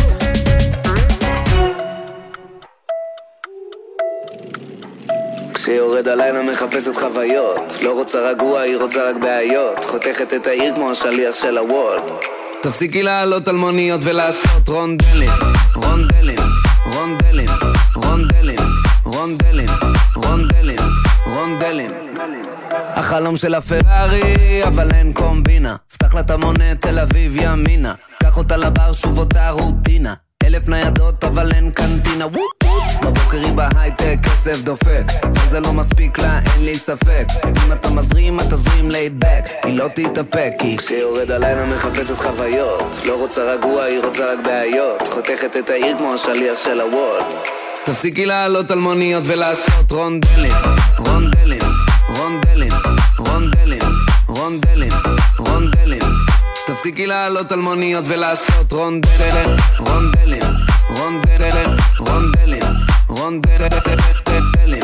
[SPEAKER 3] כשיורד הלילה מחפשת חוויות, לא רוצה רגוע, היא רוצה רק בעיות, חותכת את העיר כמו השליח של הוולד. תפסיקי לעלות על מוניות ולעשות רונדלים, רונדלים, רונדלים, רונדלים, רונדלים, רונדלים, רונדלים. החלום של הפרארי, אבל אין קומבינה, פתח לה את המונה תל אביב ימינה, קח אותה לבר שוב אותה רוטינה, 1000 ניידות אבל אין קנטינה. בבוקר היא בהייטק, כסף דופק, וזה לא מספיק לה, אין לי ספק, אם אתה מזרים, אתה זרים laid back, היא לא תתאפק, כי כשיורד הלילה מחפשת חוויות, לא רוצה רגוע, היא רוצה רק בעיות, חותכת את העיר כמו השליח של הוולד. תפסיקי לעלות על מוניות ולעשות רונדלים, רונדלים, רונדלים, רונדלים, רונדלים, רונדלים. תפסיקי לעלות על מוניות ולעשות רונדלים, רונדלים, רונדלים, רונדלים, רונדלים.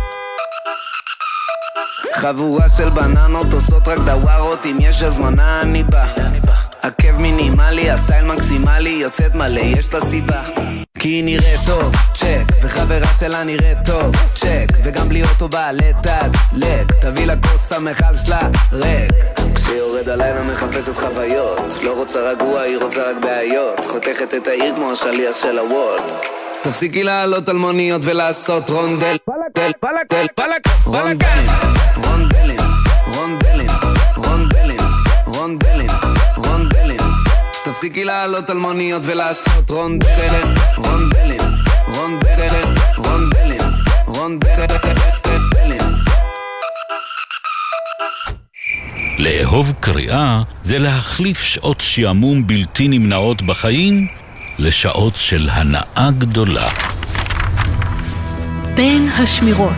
[SPEAKER 3] חבורה של בננות עושות רק דווארות, אם יש הזמנה אני בא, עקב מינימלי, הסטייל מקסימלי, יוצאת מלא, יש לה סיבה, כי היא נראית טוב, צ'ק, וחברה שלה נראית טוב, צ'ק, וגם בלי אוטו בעלת לק, תביא לה כוס המחל שלה ריק. כשיורד הלילה מחפשת חוויות, לא רוצה רגוע, היא רוצה רק בעיות, חותכת את העיר כמו השליח של הוולד. תפסיקי לעלות על מוניות ולעשות רונדל, רונדלים, רונדלים, רונדלים, רונדלים, רונדלים, רונדלים. תפסיקי לעלות על מוניות ולעשות רונדלים, רונדלים, רונדלים, רונדלים, רונדלים.
[SPEAKER 16] לאהוב קריאה זה להחליף שעות שעמום בלתי נמנעות בחיים לשעות של הנאה גדולה.
[SPEAKER 2] בין השמירות.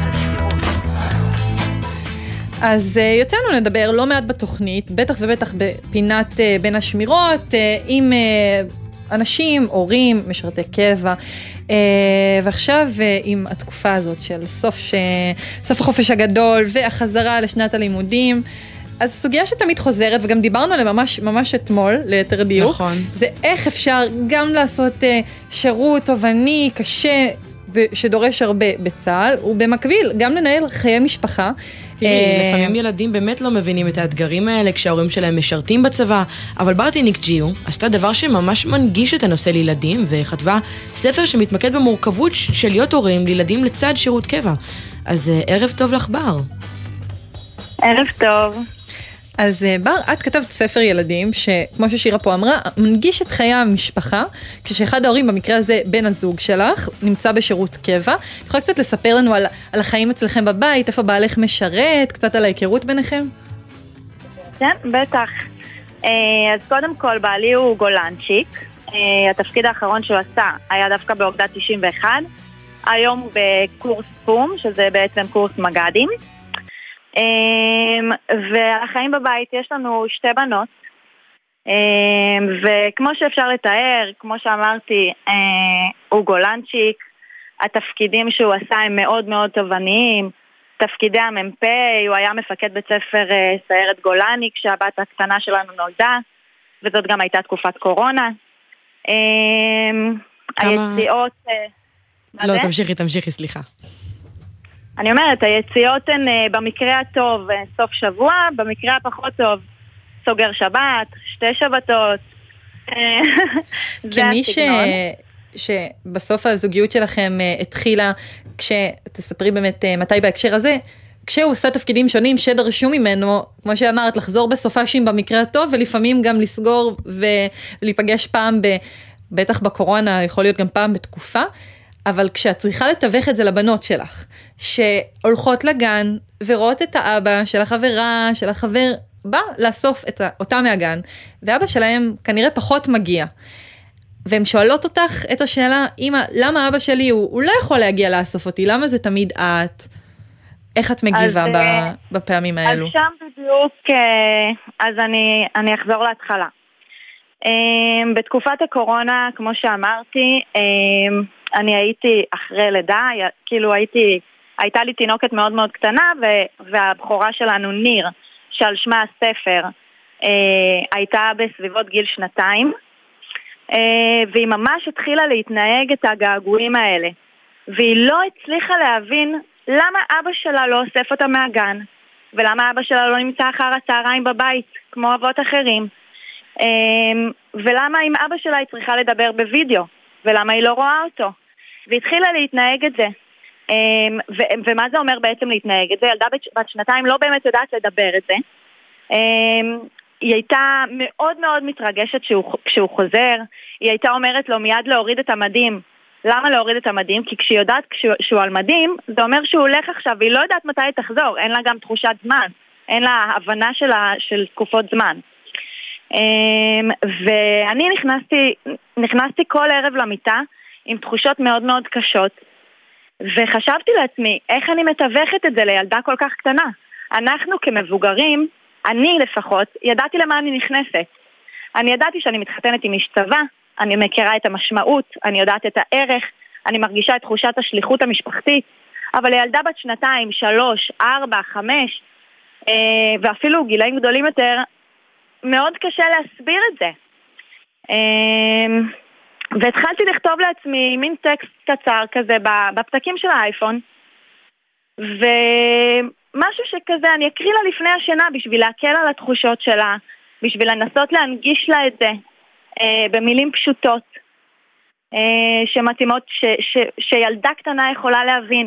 [SPEAKER 2] אז יוצאנו לדבר לא מעט בתוכנית, בטח ובטח בפינת בין השמירות, עם אנשים, הורים, משרתי קבע, ועכשיו עם התקופה הזאת של סוף החופש הגדול והחזרה לשנת הלימודים, אז סוגיה שתמיד חוזרת, וגם דיברנו עליה ממש אתמול, ליתר דיוק,
[SPEAKER 1] נכון.
[SPEAKER 2] זה איך אפשר גם לעשות שירות תובעני, קשה, שדורש הרבה בצה"ל, ובמקביל גם לנהל חיי משפחה.
[SPEAKER 1] תראי, לפעמים ילדים באמת לא מבינים את האתגרים האלה כשההורים שלהם משרתים בצבא, אבל ברטיניק ג'יו עשתה דבר שממש מנגיש את הנושא לילדים, וכתבה ספר שמתמקד במורכבות של להיות הורים לילדים לצד שירות קבע. אז ערב טוב לך בר.
[SPEAKER 17] ערב טוב.
[SPEAKER 2] אז בר, את כתבת ספר ילדים שכמו ששירה פה אמרה, מנגיש את חיי המשפחה, כשאחד ההורים, במקרה הזה בן הזוג שלך, נמצא בשירות קבע. את יכולה קצת לספר לנו על החיים אצלכם בבית, איפה בעלך משרת, קצת על ההיכרות ביניכם?
[SPEAKER 17] כן, בטח. אז קודם כל, בעלי הוא גולנצ'יק. התפקיד האחרון שהוא עשה היה דווקא באוגדה 91. היום הוא בקורס פום, שזה בעצם קורס מג"דים. ועל החיים בבית יש לנו 2 בנות, וכמו שאפשר לתאר, כמו שאמרתי, הוא גולנצ'יק, התפקידים שהוא עשה הם מאוד מאוד תובעניים, תפקידי המ"פ, הוא היה מפקד בית ספר סיירת גולני כשהבת הקטנה שלנו נולדה, וזאת גם הייתה תקופת קורונה. היציאות...
[SPEAKER 1] לא, תמשיכי, סליחה.
[SPEAKER 17] אני אומרת, היציאות הן במקרה הטוב סוף שבוע, במקרה הפחות טוב סוגר שבת, 2 שבתות.
[SPEAKER 2] שבסוף הזוגיות שלכם התחילה, תספרי באמת מתי בהקשר הזה, כשהוא עושה תפקידים שונים שדרשו ממנו, כמו שאמרת, לחזור בסופשים במקרה הטוב, ולפעמים גם לסגור ולהיפגש פעם, בטח בקורונה, יכול להיות גם פעם בתקופה, אבל כשאת צריכה לתווך את זה לבנות שלך, שהולכות לגן ורואות את האבא של החברה, של החבר, בא לאסוף אותה מהגן, ואבא שלהם כנראה פחות מגיע. והן שואלות אותך את השאלה, אמא, למה אבא שלי הוא לא יכול להגיע לאסוף אותי? למה זה תמיד את? איך את מגיבה בפעמים האלו?
[SPEAKER 17] אז שם בדיוק, אז אני אחזור להתחלה. בתקופת הקורונה, כמו שאמרתי, אני הייתי אחרי לידה, כאילו הייתה לי תינוקת מאוד מאוד קטנה, והבחורה שלנו ניר, שעל שמה הספר, הייתה בסביבות גיל 2, והיא ממש התחילה להתנהג את הגעגועים האלה, והיא לא הצליחה להבין למה אבא שלה לא אוסף אותה מהגן, ולמה אבא שלה לא נמצא אחר הצהריים בבית, כמו אבות אחרים, ולמה עם אבא שלה היא צריכה לדבר בווידאו, ולמה היא לא רואה אותו. והתחילה להתנהג את זה. ומה זה אומר בעצם להתנהג את זה? ילדה בת 2 לא באמת יודעת לדבר את זה. היא הייתה מאוד מאוד מתרגשת כשהוא חוזר. היא הייתה אומרת לו מיד להוריד את המדים. למה להוריד את המדים? כי כשהיא יודעת שהוא על מדים, זה אומר שהוא הולך עכשיו, והיא לא יודעת מתי היא תחזור. אין לה גם תחושת זמן. אין לה הבנה של תקופות זמן. ואני נכנסתי כל ערב למיטה עם תחושות מאוד מאוד קשות, וחשבתי לעצמי, איך אני מתווכת את זה לילדה כל כך קטנה? אנחנו כמבוגרים, אני לפחות, ידעתי למה אני נכנסת. אני ידעתי שאני מתחתנת עם איש צבא, אני מכירה את המשמעות, אני יודעת את הערך, אני מרגישה את תחושת השליחות המשפחתית, אבל לילדה בת 2, 3, 4, 5, ואפילו גילאים גדולים יותר, מאוד קשה להסביר את זה. והתחלתי לכתוב לעצמי מין טקסט קצר כזה בפתקים של האייפון, ומשהו שכזה אני אקריא לה לפני השינה בשביל להקל על התחושות שלה, בשביל לנסות להנגיש לה את זה במילים פשוטות שמתאימות, שילדה קטנה יכולה להבין.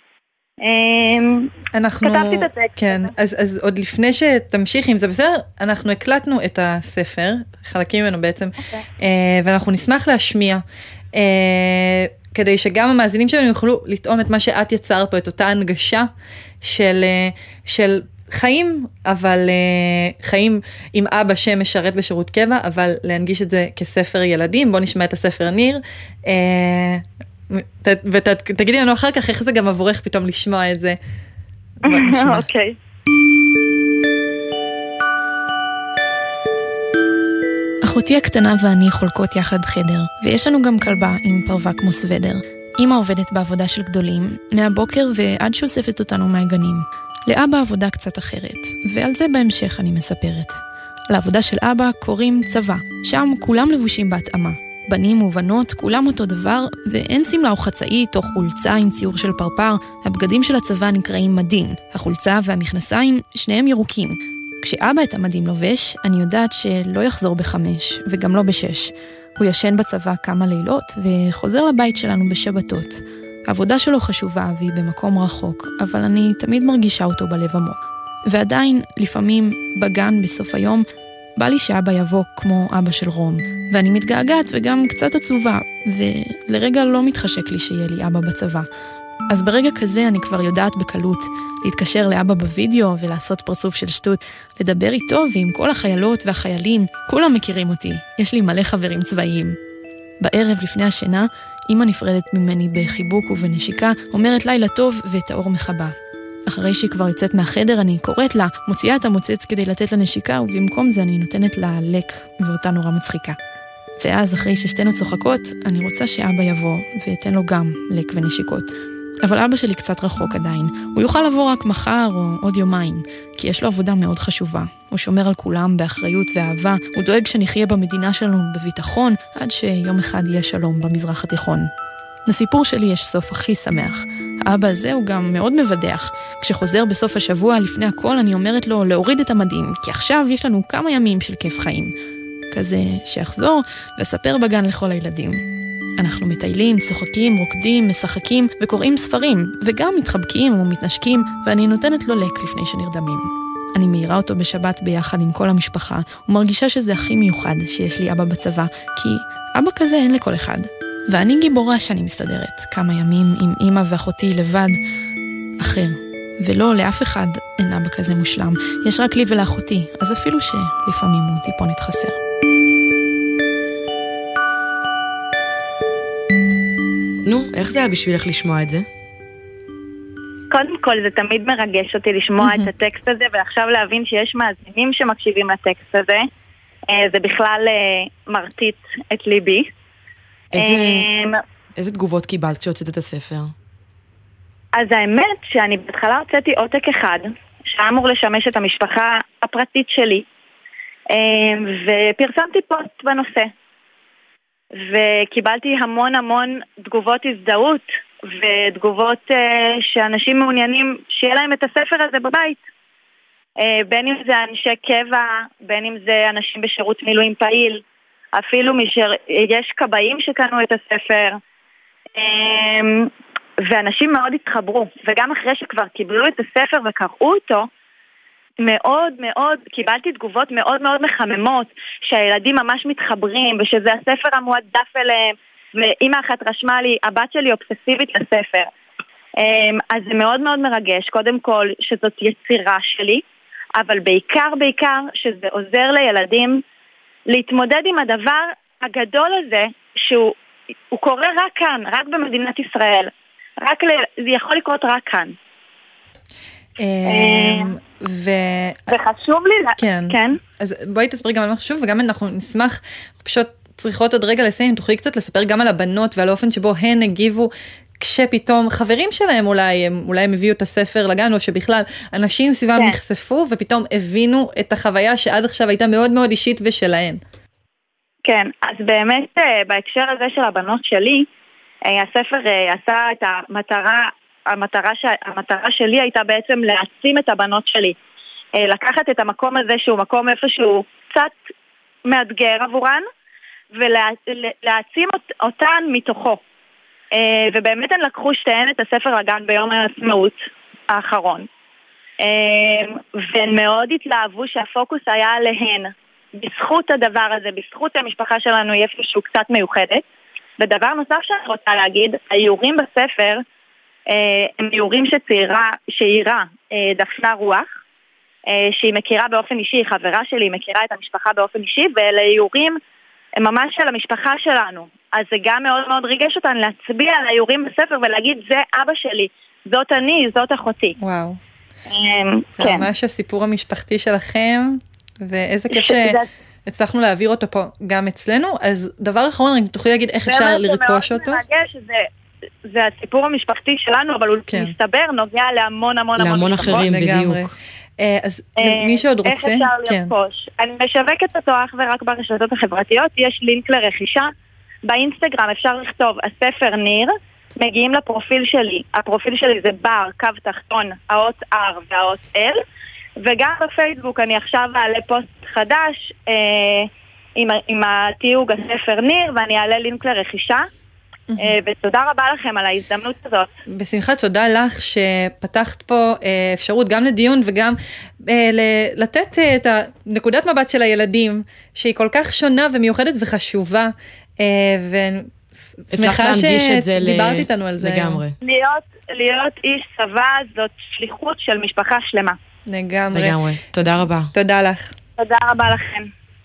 [SPEAKER 17] כתבתי את הטקסט.
[SPEAKER 2] כן, אז עוד לפני שתמשיך, אם זה בסדר, אנחנו הקלטנו את הספר, חלקים ממנו בעצם, ואנחנו נשמח להשמיע, כדי שגם המאזינים שלנו יוכלו לטעום את מה שאת יצר פה, את אותה הנגשה של חיים, אבל חיים עם אבא שמשרת בשירות קבע, אבל להנגיש את זה כספר ילדים. בוא נשמע את הספר ניר, ותגידי לנו אחר כך איך זה גם עבורך פתאום לשמוע את זה.
[SPEAKER 17] אוקיי.
[SPEAKER 18] אחותי הקטנה ואני חולקות יחד חדר, ויש לנו גם כלבה עם פרווה כמו סוודר. אמא עובדת בעבודה של גדולים, מהבוקר ועד שאוספת אותנו מהגנים. לאבא עבודה קצת אחרת, ועל זה בהמשך אני מספרת. לעבודה של אבא קוראים צבא, שם כולם לבושים בהתאמה. בנים ובנות, כולם אותו דבר, ואין סמלה או חצאית או חולצה עם ציור של פרפר. הבגדים של הצבא נקראים מדים, החולצה והמכנסיים, שניהם ירוקים. כשאבא את המדים לובש, אני יודעת שלא יחזור ב5, וגם לא ב6. הוא ישן בצבא כמה לילות, וחוזר לבית שלנו בשבתות. העבודה שלו חשובה, והיא במקום רחוק, אבל אני תמיד מרגישה אותו בלב עמוק. ועדיין, לפעמים, בגן בסוף היום, בא לי שאבא יבוא כמו אבא של רום, ואני מתגעגעת וגם קצת עצובה, ולרגע לא מתחשק לי שיהיה לי אבא בצבא. אז ברגע כזה אני כבר יודעת בקלות להתקשר לאבא בווידאו ולעשות פרצוף של שטות, לדבר איתו ועם כל החיילות והחיילים, כולם מכירים אותי, יש לי מלא חברים צבאיים. בערב לפני השינה, אמא נפרדת ממני בחיבוק ובנשיקה, אומרת לילה טוב ואת האור מחבה. אחרי שהיא כבר יוצאת מהחדר אני קוראת לה, מוציאה את המוצץ כדי לתת לה נשיקה, ובמקום זה אני נותנת לה לק, ואותה נורא מצחיקה. ואז אחרי ששתינו צוחקות, אני רוצה שאבא יבוא ואתן לו גם לק ונשיקות. אבל אבא שלי קצת רחוק עדיין. הוא יוכל לבוא רק מחר או עוד יומיים, כי יש לו עבודה מאוד חשובה. הוא שומר על כולם באחריות ואהבה, הוא דואג שנחיה במדינה שלנו בביטחון, עד שיום אחד יהיה שלום במזרח התיכון. לסיפור שלי יש סוף הכי שמח. האבא הזה הוא גם מאוד מבדח. כשחוזר בסוף השבוע לפני הכל אני אומרת לו להוריד את המדים, כי עכשיו יש לנו כמה ימים של כיף חיים. כזה שיחזור וספר בגן לכל הילדים. אנחנו מטיילים, צוחקים, רוקדים, משחקים וקוראים ספרים, וגם מתחבקים ומתנשקים, ואני נותנת לו לק לפני שנרדמים. אני מאירה אותו בשבת ביחד עם כל המשפחה, ומרגישה שזה הכי מיוחד שיש לי אבא בצבא, כי אבא כזה אין לכל אחד. ואני גיבורה שאני מסתדרת, כמה ימים עם אמא ואחותי לבד, אחר. ולא, לאף אחד אין אבא כזה מושלם, יש רק לי ולאחותי, אז אפילו שלפעמים הוא טיפונת חסר.
[SPEAKER 1] נו, איך זה היה בשבילך לשמוע את זה?
[SPEAKER 17] קודם כל זה תמיד מרגש אותי לשמוע את הטקסט הזה, ועכשיו להבין שיש מאזינים שמקשיבים לטקסט הזה, זה בכלל מרטיט את ליבי.
[SPEAKER 1] איזה תגובות קיבלת כשהוצאת את הספר?
[SPEAKER 17] אז האמת שאני בהתחלה הוצאתי עותק אחד, שאמור לשמש את המשפחה הפרטית שלי, ופרסמתי פוסט בנושא. וקיבלתי המון המון תגובות הזדהות, ותגובות שאנשים מעוניינים שיהיה להם את הספר הזה בבית. בין אם זה אנשי קבע, בין אם זה אנשים בשירות מילואים פעיל, אפילו יש קבעים שקנו את הספר, ואנשים מאוד התחברו, וגם אחרי שכבר קיבלו את הספר וקראו אותו, מאוד מאוד, קיבלתי תגובות מאוד מאוד מחממות, שהילדים ממש מתחברים, ושזה הספר המועדף אליהם, ואמא אחת רשמה לי, הבת שלי אובססיבית לספר. אז זה מאוד מאוד מרגש, קודם כל שזאת יצירה שלי, אבל בעיקר שזה עוזר לילדים להתמודד עם הדבר הגדול הזה, שהוא קורה רק כאן, רק במדינת ישראל. זה יכול לקרות רק כאן. וחשוב לי,
[SPEAKER 2] כן. אז בואי תספרי גם על מה חשוב, וגם אנחנו נשמח, פשוט צריכות עוד רגע לסיים, תוכלי קצת לספר גם על הבנות ועל האופן שבו הן הגיבו, כשפתאום חברים שלהם אולי הם הביאו את הספר לגן, או שבכלל אנשים סביבם נחשפו, ופתאום הבינו את החוויה שעד עכשיו הייתה מאוד מאוד אישית ושלהם.
[SPEAKER 17] כן, אז באמת בהקשר הזה של הבנות שלי, הספר עשה את המטרה שלי הייתה בעצם להעצים את הבנות שלי. לקחת את המקום הזה שהוא מקום איפשהו קצת מאתגר עבורן, ולהעצים אותן מתוכו. ובאמת הן לקחו שתיהן את הספר לגן ביום העצמאות האחרון. והן מאוד התלהבו שהפוקוס היה עליהן. בזכות הדבר הזה, בזכות המשפחה שלנו היא איפשהו קצת מיוחדת. ודבר נוסף שאני רוצה להגיד, האיורים בספר הם איורים שאירה דפנה רוח, שהיא מכירה באופן אישי, חברה שלי, היא מכירה את המשפחה באופן אישי, ואלה איורים הם ממש של המשפחה שלנו. אז זה גם מאוד מאוד ריגש אותן להצביע על האיורים בספר ולהגיד, זה אבא שלי, זאת אני, זאת אחותי.
[SPEAKER 2] וואו. זה ממש הסיפור המשפחתי שלכם, ואיזה כיף שהצלחנו להעביר אותו פה גם אצלנו. אז דבר אחרון, רק תוכלי להגיד איך אפשר לרכוש אותו?
[SPEAKER 17] זה מאוד מרגש, זה הסיפור המשפחתי שלנו, אבל הוא מסתבר נוגע להמון המון
[SPEAKER 1] להמון אחרים בדיוק.
[SPEAKER 2] אז מי שעוד רוצה,
[SPEAKER 17] איך אפשר לרכוש? אני משווקת אותו אך ורק ברשתות החברתיות, יש לינק לרכישה, באינסטגרם אפשר לכתוב הספר ניר, מגיעים לפרופיל שלי, הפרופיל שלי זה בר, קו תחתון, האות R והאות L, וגם בפייסבוק אני עכשיו אעלה פוסט חדש עם התיוג הספר ניר, ואני אעלה לינק לרכישה, ותודה רבה לכם על ההזדמנות הזאת.
[SPEAKER 2] בשמחה, תודה לך שפתחת פה אפשרות גם לדיון וגם לתת את נקודת מבט של הילדים, שהיא כל כך שונה ומיוחדת וחשובה, ושמחה שדיברת איתנו על זה.
[SPEAKER 1] לגמרי.
[SPEAKER 17] להיות איש צבא זאת שליחות של משפחה שלמה.
[SPEAKER 2] לגמרי.
[SPEAKER 1] תודה רבה.
[SPEAKER 2] תודה לך.
[SPEAKER 17] תודה רבה לכם.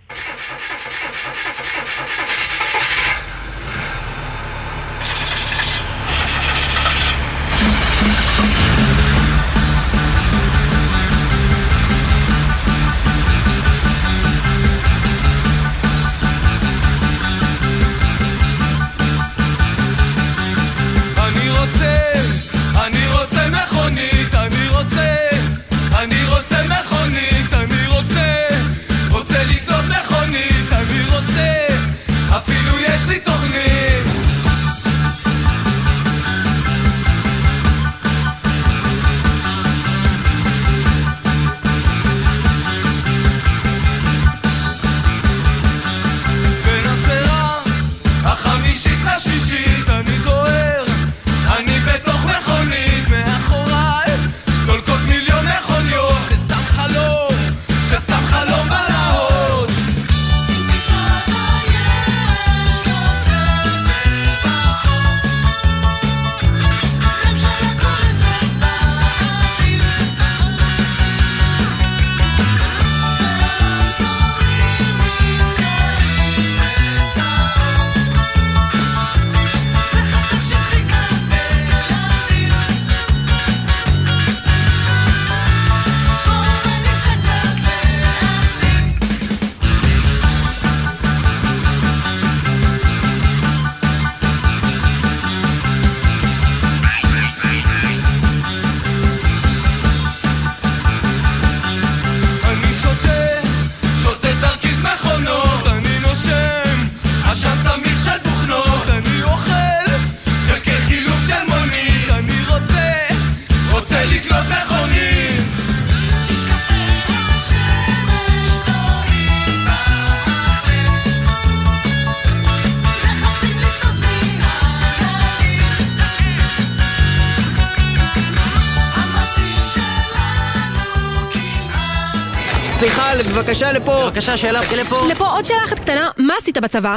[SPEAKER 9] רוצה לקנות מכונית, אני רוצה, אפילו יש לי תוכנית. בין הסדרה החמישית שלישית לשישית אני דוהר, אני בתוך מכונית מאחוריי דולקות מיליון מכוניות, זה סתם חלום, זה סתם חלום בלהות.
[SPEAKER 12] בבקשה לפה. בבקשה, שאלה לפה.
[SPEAKER 19] לפה עוד שאלה אחת קטנה, מה עשית בצבא?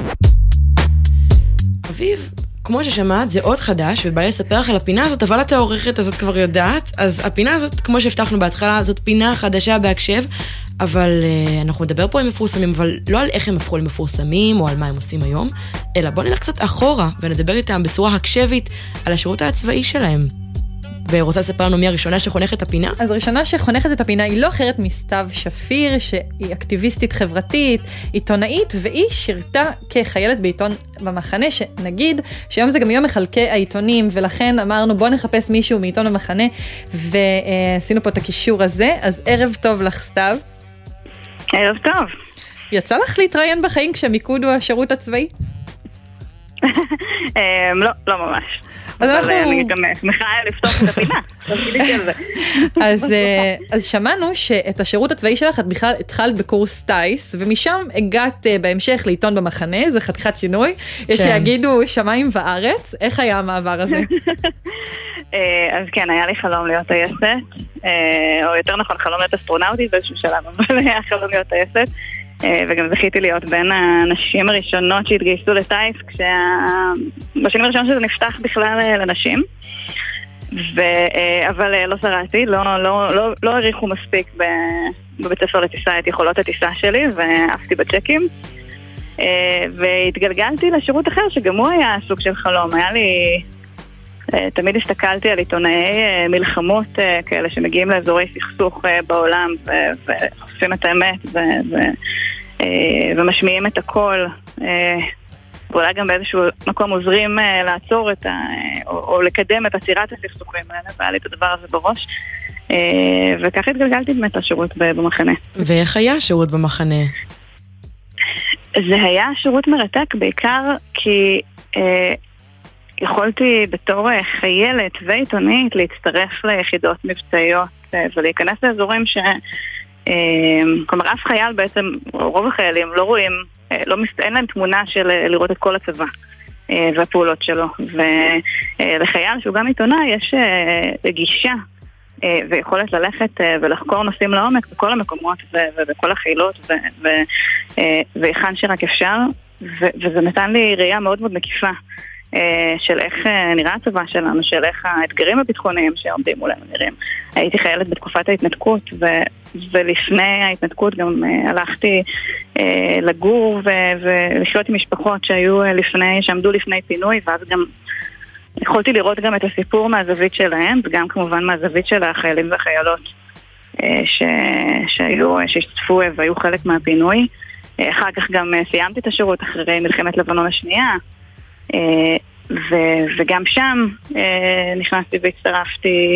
[SPEAKER 1] אביב, כמו ששמעת, זה עוד חדש, ובא לי לספר לך על הפינה הזאת, אבל את העורכת הזאת כבר יודעת, אז הפינה הזאת, כמו שהבטחנו בהתחלה, זאת פינה חדשה בהקשב, אבל אנחנו נדבר פה עם מפורסמים, אבל לא על איך הם הפכו למפורסמים, או על מה הם עושים היום, אלא בוא נלך קצת אחורה, ונדבר איתם בצורה הקשבית על השירות הצבאי שלהם. ורוצה לספר לנו מי הראשונה שחונכת את הפינה?
[SPEAKER 2] אז הראשונה שחונכת את הפינה היא לא אחרת מסתיו שפיר, שהיא אקטיביסטית חברתית, עיתונאית, והיא שירתה כחיילת בעיתון במחנה, שנגיד שהיום זה גם יום מחלקי העיתונים, ולכן אמרנו בוא נחפש מישהו מעיתון במחנה, ועשינו פה את הקישור הזה, אז ערב טוב לך סתיו.
[SPEAKER 17] ערב טוב.
[SPEAKER 2] יצא לך להתראיין בחיים כשהמיקוד הוא השירות הצבאי?
[SPEAKER 17] לא ממש. אבל אני גם שמחה לפתוח את הפינה.
[SPEAKER 2] אז שמענו שאת השירות הצבאי שלך את בכלל התחלת בקורס טייס, ומשם הגעת בהמשך לעיתון במחנה, זה חתיכת שינוי. יש שיגידו שמיים וארץ, איך היה המעבר הזה?
[SPEAKER 17] אז כן, היה לי חלום להיות טייסת, או יותר נכון חלום להיות אסטרונאוטית באיזשהו שלב, אבל היה חלום להיות טייסת. וגם זכיתי להיות בין הנשים הראשונות שהתגייסו לטייס, בשנים הראשונות שזה נפתח בכלל לנשים, אבל לא שרעתי, לא העריכו מספיק בבית ספר לטיסה את יכולות הטיסה שלי, ועפתי בצ'קים, והתגלגלתי לשירות אחר שגם הוא היה סוג של חלום. היה לי, תמיד הסתכלתי על עיתונאי מלחמות כאלה שמגיעים לאזורי סכסוך בעולם וחושפים את האמת ומשמיעים את הכל, ואולי גם באיזשהו מקום עוזרים לעצור או לקדם את עצירת הסכסוכים האלה, והיה לי את הדבר הזה בראש, וכך התגלגלתי באמת השירות במחנה.
[SPEAKER 1] ואיך היה שירות במחנה?
[SPEAKER 17] זה היה שירות מרתק בעיקר כי יכולתי בתור חיילת ועיתונית להצטרף ליחידות מבצעיות ולהיכנס לאזורים כלומר אף חייל בעצם, רוב החיילים לא רואים, אין להם תמונה של לראות את כל הצבא והפעולות שלו, ולחייל שהוא גם עיתונאי יש גישה ויכולת ללכת ולחקור נושאים לעומק בכל המקומות ובכל החילות והיכן שרק אפשר, וזה נתן לי ראייה מאוד מאוד מקיפה של איך נראה הצבא שלנו, של איך האתגרים הביטחוניים שעומדים מולנו נראים. הייתי חיילת בתקופת ההתנתקות, ולפני ההתנתקות גם הלכתי לגור ולחיות עם משפחות שעמדו לפני פינוי, ואז גם יכולתי לראות גם את הסיפור מהזווית שלהם, וגם כמובן מהזווית של החיילים והחיילות שהשתתפו והיו חלק מהפינוי. אחר כך גם סיימתי את השירות אחרי מלחמת לבנון השנייה, וגם שם נכנסתי והצטרפתי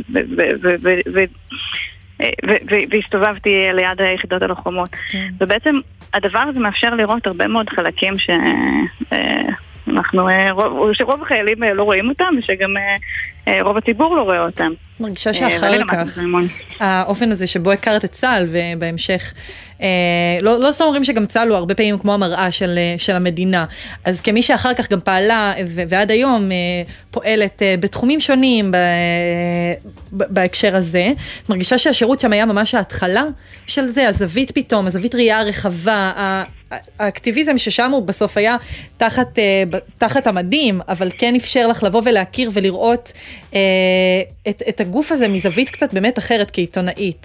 [SPEAKER 17] והסתובבתי ליד היחידות הלוחמות, ובעצם הדבר הזה מאפשר לראות הרבה מאוד חלקים שרוב החיילים לא רואים אותם, ושגם רוב הציבור לא רואה אותם.
[SPEAKER 2] מרגישה שאחר כך, האופן הזה שבו הכרת את צה"ל ובהמשך, לא אומרים שגם צה"ל הוא הרבה פעמים כמו המראה של המדינה, אז כמי שאחר כך גם פעלה ועד היום פועלת בתחומים שונים בהקשר הזה, מרגישה שהשירות שם היה ממש ההתחלה של זה, הזווית פתאום, הזווית ראייה הרחבה, האקטיביזם ששם הוא בסוף היה תחת המדים, אבל כן אפשר לך לבוא ולהכיר ולראות את הגוף הזה מזווית קצת באמת אחרת כעיתונאית.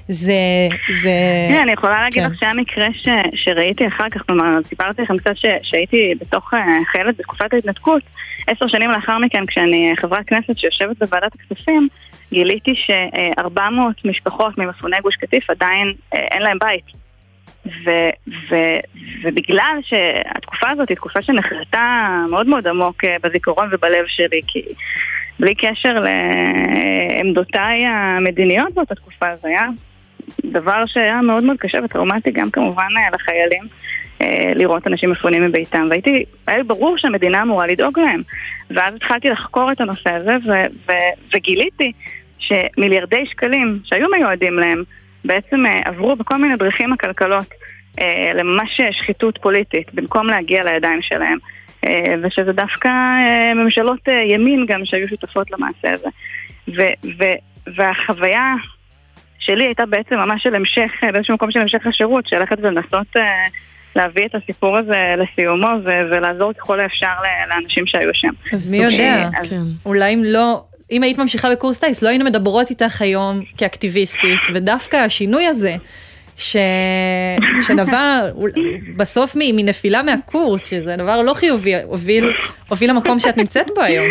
[SPEAKER 17] אני יכולה להגיד לך שהיה מקרה שראיתי אחר כך, כלומר, סיפרתי לכם קצת שהייתי בתוך חיילת בתקופת ההתנתקות, 10 שנים לאחר מכן, כשאני חברת כנסת שיושבת בוועדת הכספים, גיליתי ש400 משפחות ממפוני גוש קטיף עדיין אין להם בית. ובגלל שהתקופה הזאת היא תקופה שנחרטה מאוד מאוד עמוק בזיכרון ובלב שלי, כי בלי קשר לעמדותיי המדיניות באותה תקופה, זה היה דבר שהיה מאוד מאוד קשה וטראומטי גם כמובן לחיילים, לראות אנשים מפונים מביתם, והיה לי ברור שהמדינה אמורה לדאוג להם, ואז התחלתי לחקור את הנושא הזה וגיליתי שמיליארדי שקלים שהיו מיועדים להם בעצם עברו בכל מיני דרכים הכלכלות לממש שחיתות פוליטית במקום להגיע לידיים שלהם, ושזה דווקא ממשלות ימין גם שהיו שותפות למעשה הזה, והחוויה שלי הייתה בעצם ממש של המשך, באיזשהו מקום של המשך השירות, שהלכת ולנסות להביא את הסיפור הזה לסיומו ולעזור ככל האפשר לאנשים שהיו שם.
[SPEAKER 2] אז מי יודע, אולי אם לא, אם היית ממשיכה בקורס טייס, לא היינו מדברות איתך היום כאקטיביסטית, ודווקא השינוי הזה, שנבע בסוף מנפילה מהקורס, שזה דבר לא חיובי, הוביל למקום שאת נמצאת בו היום.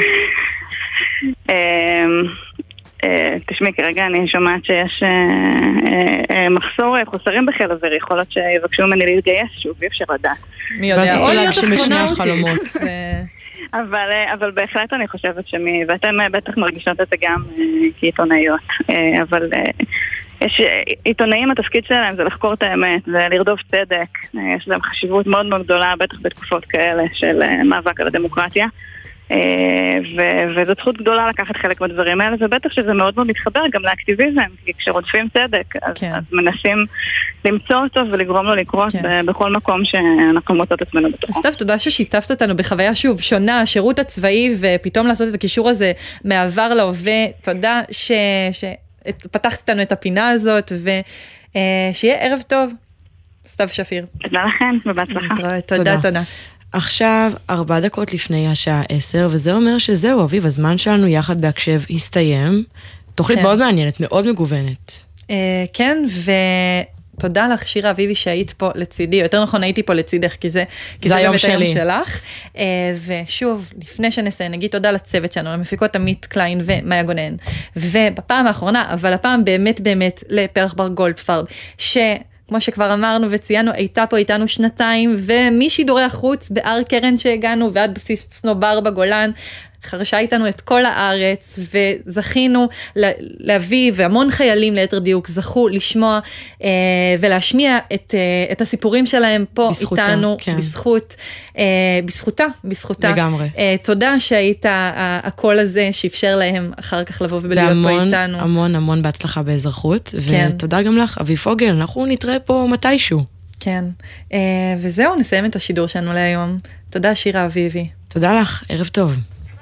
[SPEAKER 17] תשמעי, כרגע אני שומעת שיש מחסור, חוסרים בחיל האוויר, יכול להיות שיבקשו ממני להתגייס שוב, אי אפשר לדעת.
[SPEAKER 2] מי יודע, או להיות אסטרונאוטית.
[SPEAKER 17] אבל בהחלט אני חושבת ואתם בטח מרגישות את זה גם כעיתונאיות, אבל יש עיתונאים, התפקיד שלהם זה לחקור את האמת, זה לרדוף צדק, יש להם חשיבות מאוד מאוד גדולה, בטח בתקופות כאלה של מאבק על הדמוקרטיה, וזו זכות גדולה לקחת חלק מהדברים האלה, ובטח שזה מאוד מאוד מתחבר גם לאקטיביזם, כי כשרודפים צדק, אז מנסים למצוא אותו ולגרום לו לקרות בכל מקום שאנחנו מוצאות עצמנו בתוכו.
[SPEAKER 2] אז טוב, תודה ששיתפת אותנו בחוויה שוב שונה, השירות הצבאי, ופתאום לעשות את הקישור הזה מעבר להווה. תודה שפתחת איתנו את הפינה הזאת, ושיהיה ערב טוב. סתיו שפיר.
[SPEAKER 17] תודה לכם, ובהצלחה.
[SPEAKER 2] תודה.
[SPEAKER 1] עכשיו 4 דקות לפני השעה 10, וזה אומר שזהו, אביב, הזמן שלנו יחד בהקשב הסתיים. תוכנית מאוד מעניינת, מאוד מגוונת.
[SPEAKER 2] כן, ותודה לך שירה אביבי שהיית פה לצידי, יותר נכון הייתי פה לצידך, כי זה היום שלך. ושוב, לפני שנסיים, נגיד תודה לצוות שלנו, למפיקות עמית קליין ומאיה גונן. ובפעם האחרונה, אבל הפעם באמת לפרח בר גולדפרב, כמו שכבר אמרנו וציינו, הייתה פה איתנו 2 ומשידורי החוץ באר קרן שהגענו ועד בסיס צנובר בגולן, חרשה איתנו את כל הארץ, וזכינו להביא, והמון חיילים ליתר דיוק זכו לשמוע ולהשמיע את הסיפורים שלהם פה איתנו, בזכותה.
[SPEAKER 1] לגמרי.
[SPEAKER 2] תודה שהיית הקול הזה שאפשר להם אחר כך לבוא ולהיות פה איתנו.
[SPEAKER 1] המון בהצלחה באזרחות, ותודה גם לך, אביב פוגל, אנחנו נתראה פה מתישהו.
[SPEAKER 2] כן, וזהו, נסיים את השידור שלנו להיום. תודה שירה אביבי.
[SPEAKER 1] תודה לך, ערב טוב.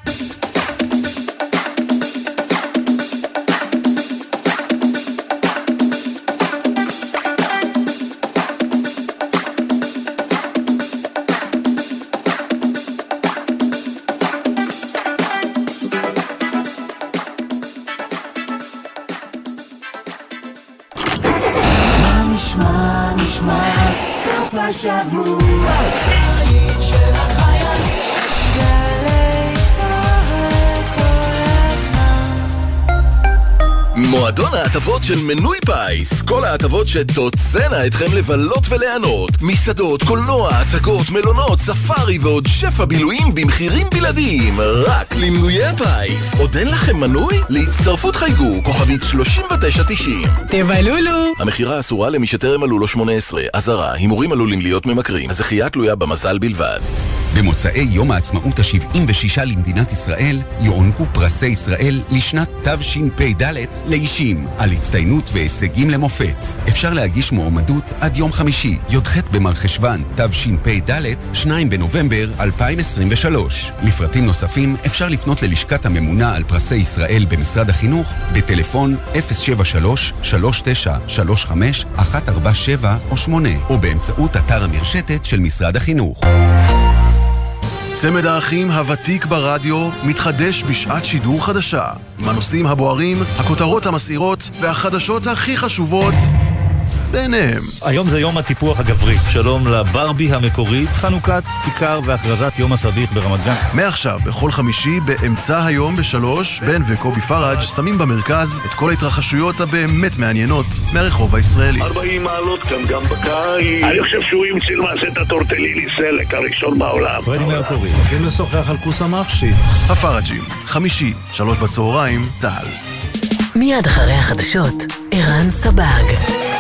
[SPEAKER 9] סוף השבוע היית של החיילים גלי צהל כל הזמן.
[SPEAKER 20] מועדון ההטבות של מנוי פיס, כל ההטבות שתוצאנה אתכם לבלות וליהנות, מסעדות, קולנוע, הצגות, מלונות, ספארי ועוד שפע בילויים במחירים בלעדיים רק למנויי פיס. עוד אין לכם מנוי? להצטרפות חייגו כוכבית 3990.
[SPEAKER 21] תבלולו.
[SPEAKER 20] המחירה אסורה למי שטרם מלאו לו 18. אזהרה, הימורים עלולים להיות ממכרים, הזכייה תלויה במזל בלבד.
[SPEAKER 11] במוצאי יום העצמאות ה-76 למדינת ישראל יוענקו פרסי ישראל לשנת תשפ"ד לאישים על הצטיינות והישגים למופת. אפשר להגיש מועמדות עד יום חמישי, י"ח במרחשוון תשפ"ד, 2 בנובמבר 2023. לפרטים נוספים אפשר לפנות ללשכת הממונה על פרסי ישראל במשרד החינוך בטלפון 073-3935-147 או 8 או באמצעות אתר המרשתת של משרד החינוך.
[SPEAKER 21] צמד האחים הוותיק ברדיו מתחדש בשעת שידור חדשה עם הנושאים הבוערים, הכותרות המסעירות והחדשות הכי חשובות ביניהם.
[SPEAKER 22] היום זה יום הטיפוח הגברי. שלום לברבי המקורית, חנוכת כיכר והכרזת יום הסביך ברמת גן.
[SPEAKER 21] מעכשיו, בכל חמישי, באמצע היום ב3, בן וקובי פראג' שמים במרכז את כל ההתרחשויות הבאמת מעניינות מהרחוב הישראלי.
[SPEAKER 23] 40 מעלות כאן גם בקיץ. אני חושב שהוא ימציא למעשה את הטורטליני סלק הראשון בעולם.
[SPEAKER 22] פרדי מהקורי.
[SPEAKER 21] הולכים לשוחח על כוס המחשי. הפראג'ים, חמישי, 3 בצהריים, צהל.
[SPEAKER 15] מיד אחרי החדשות, ערן סבג.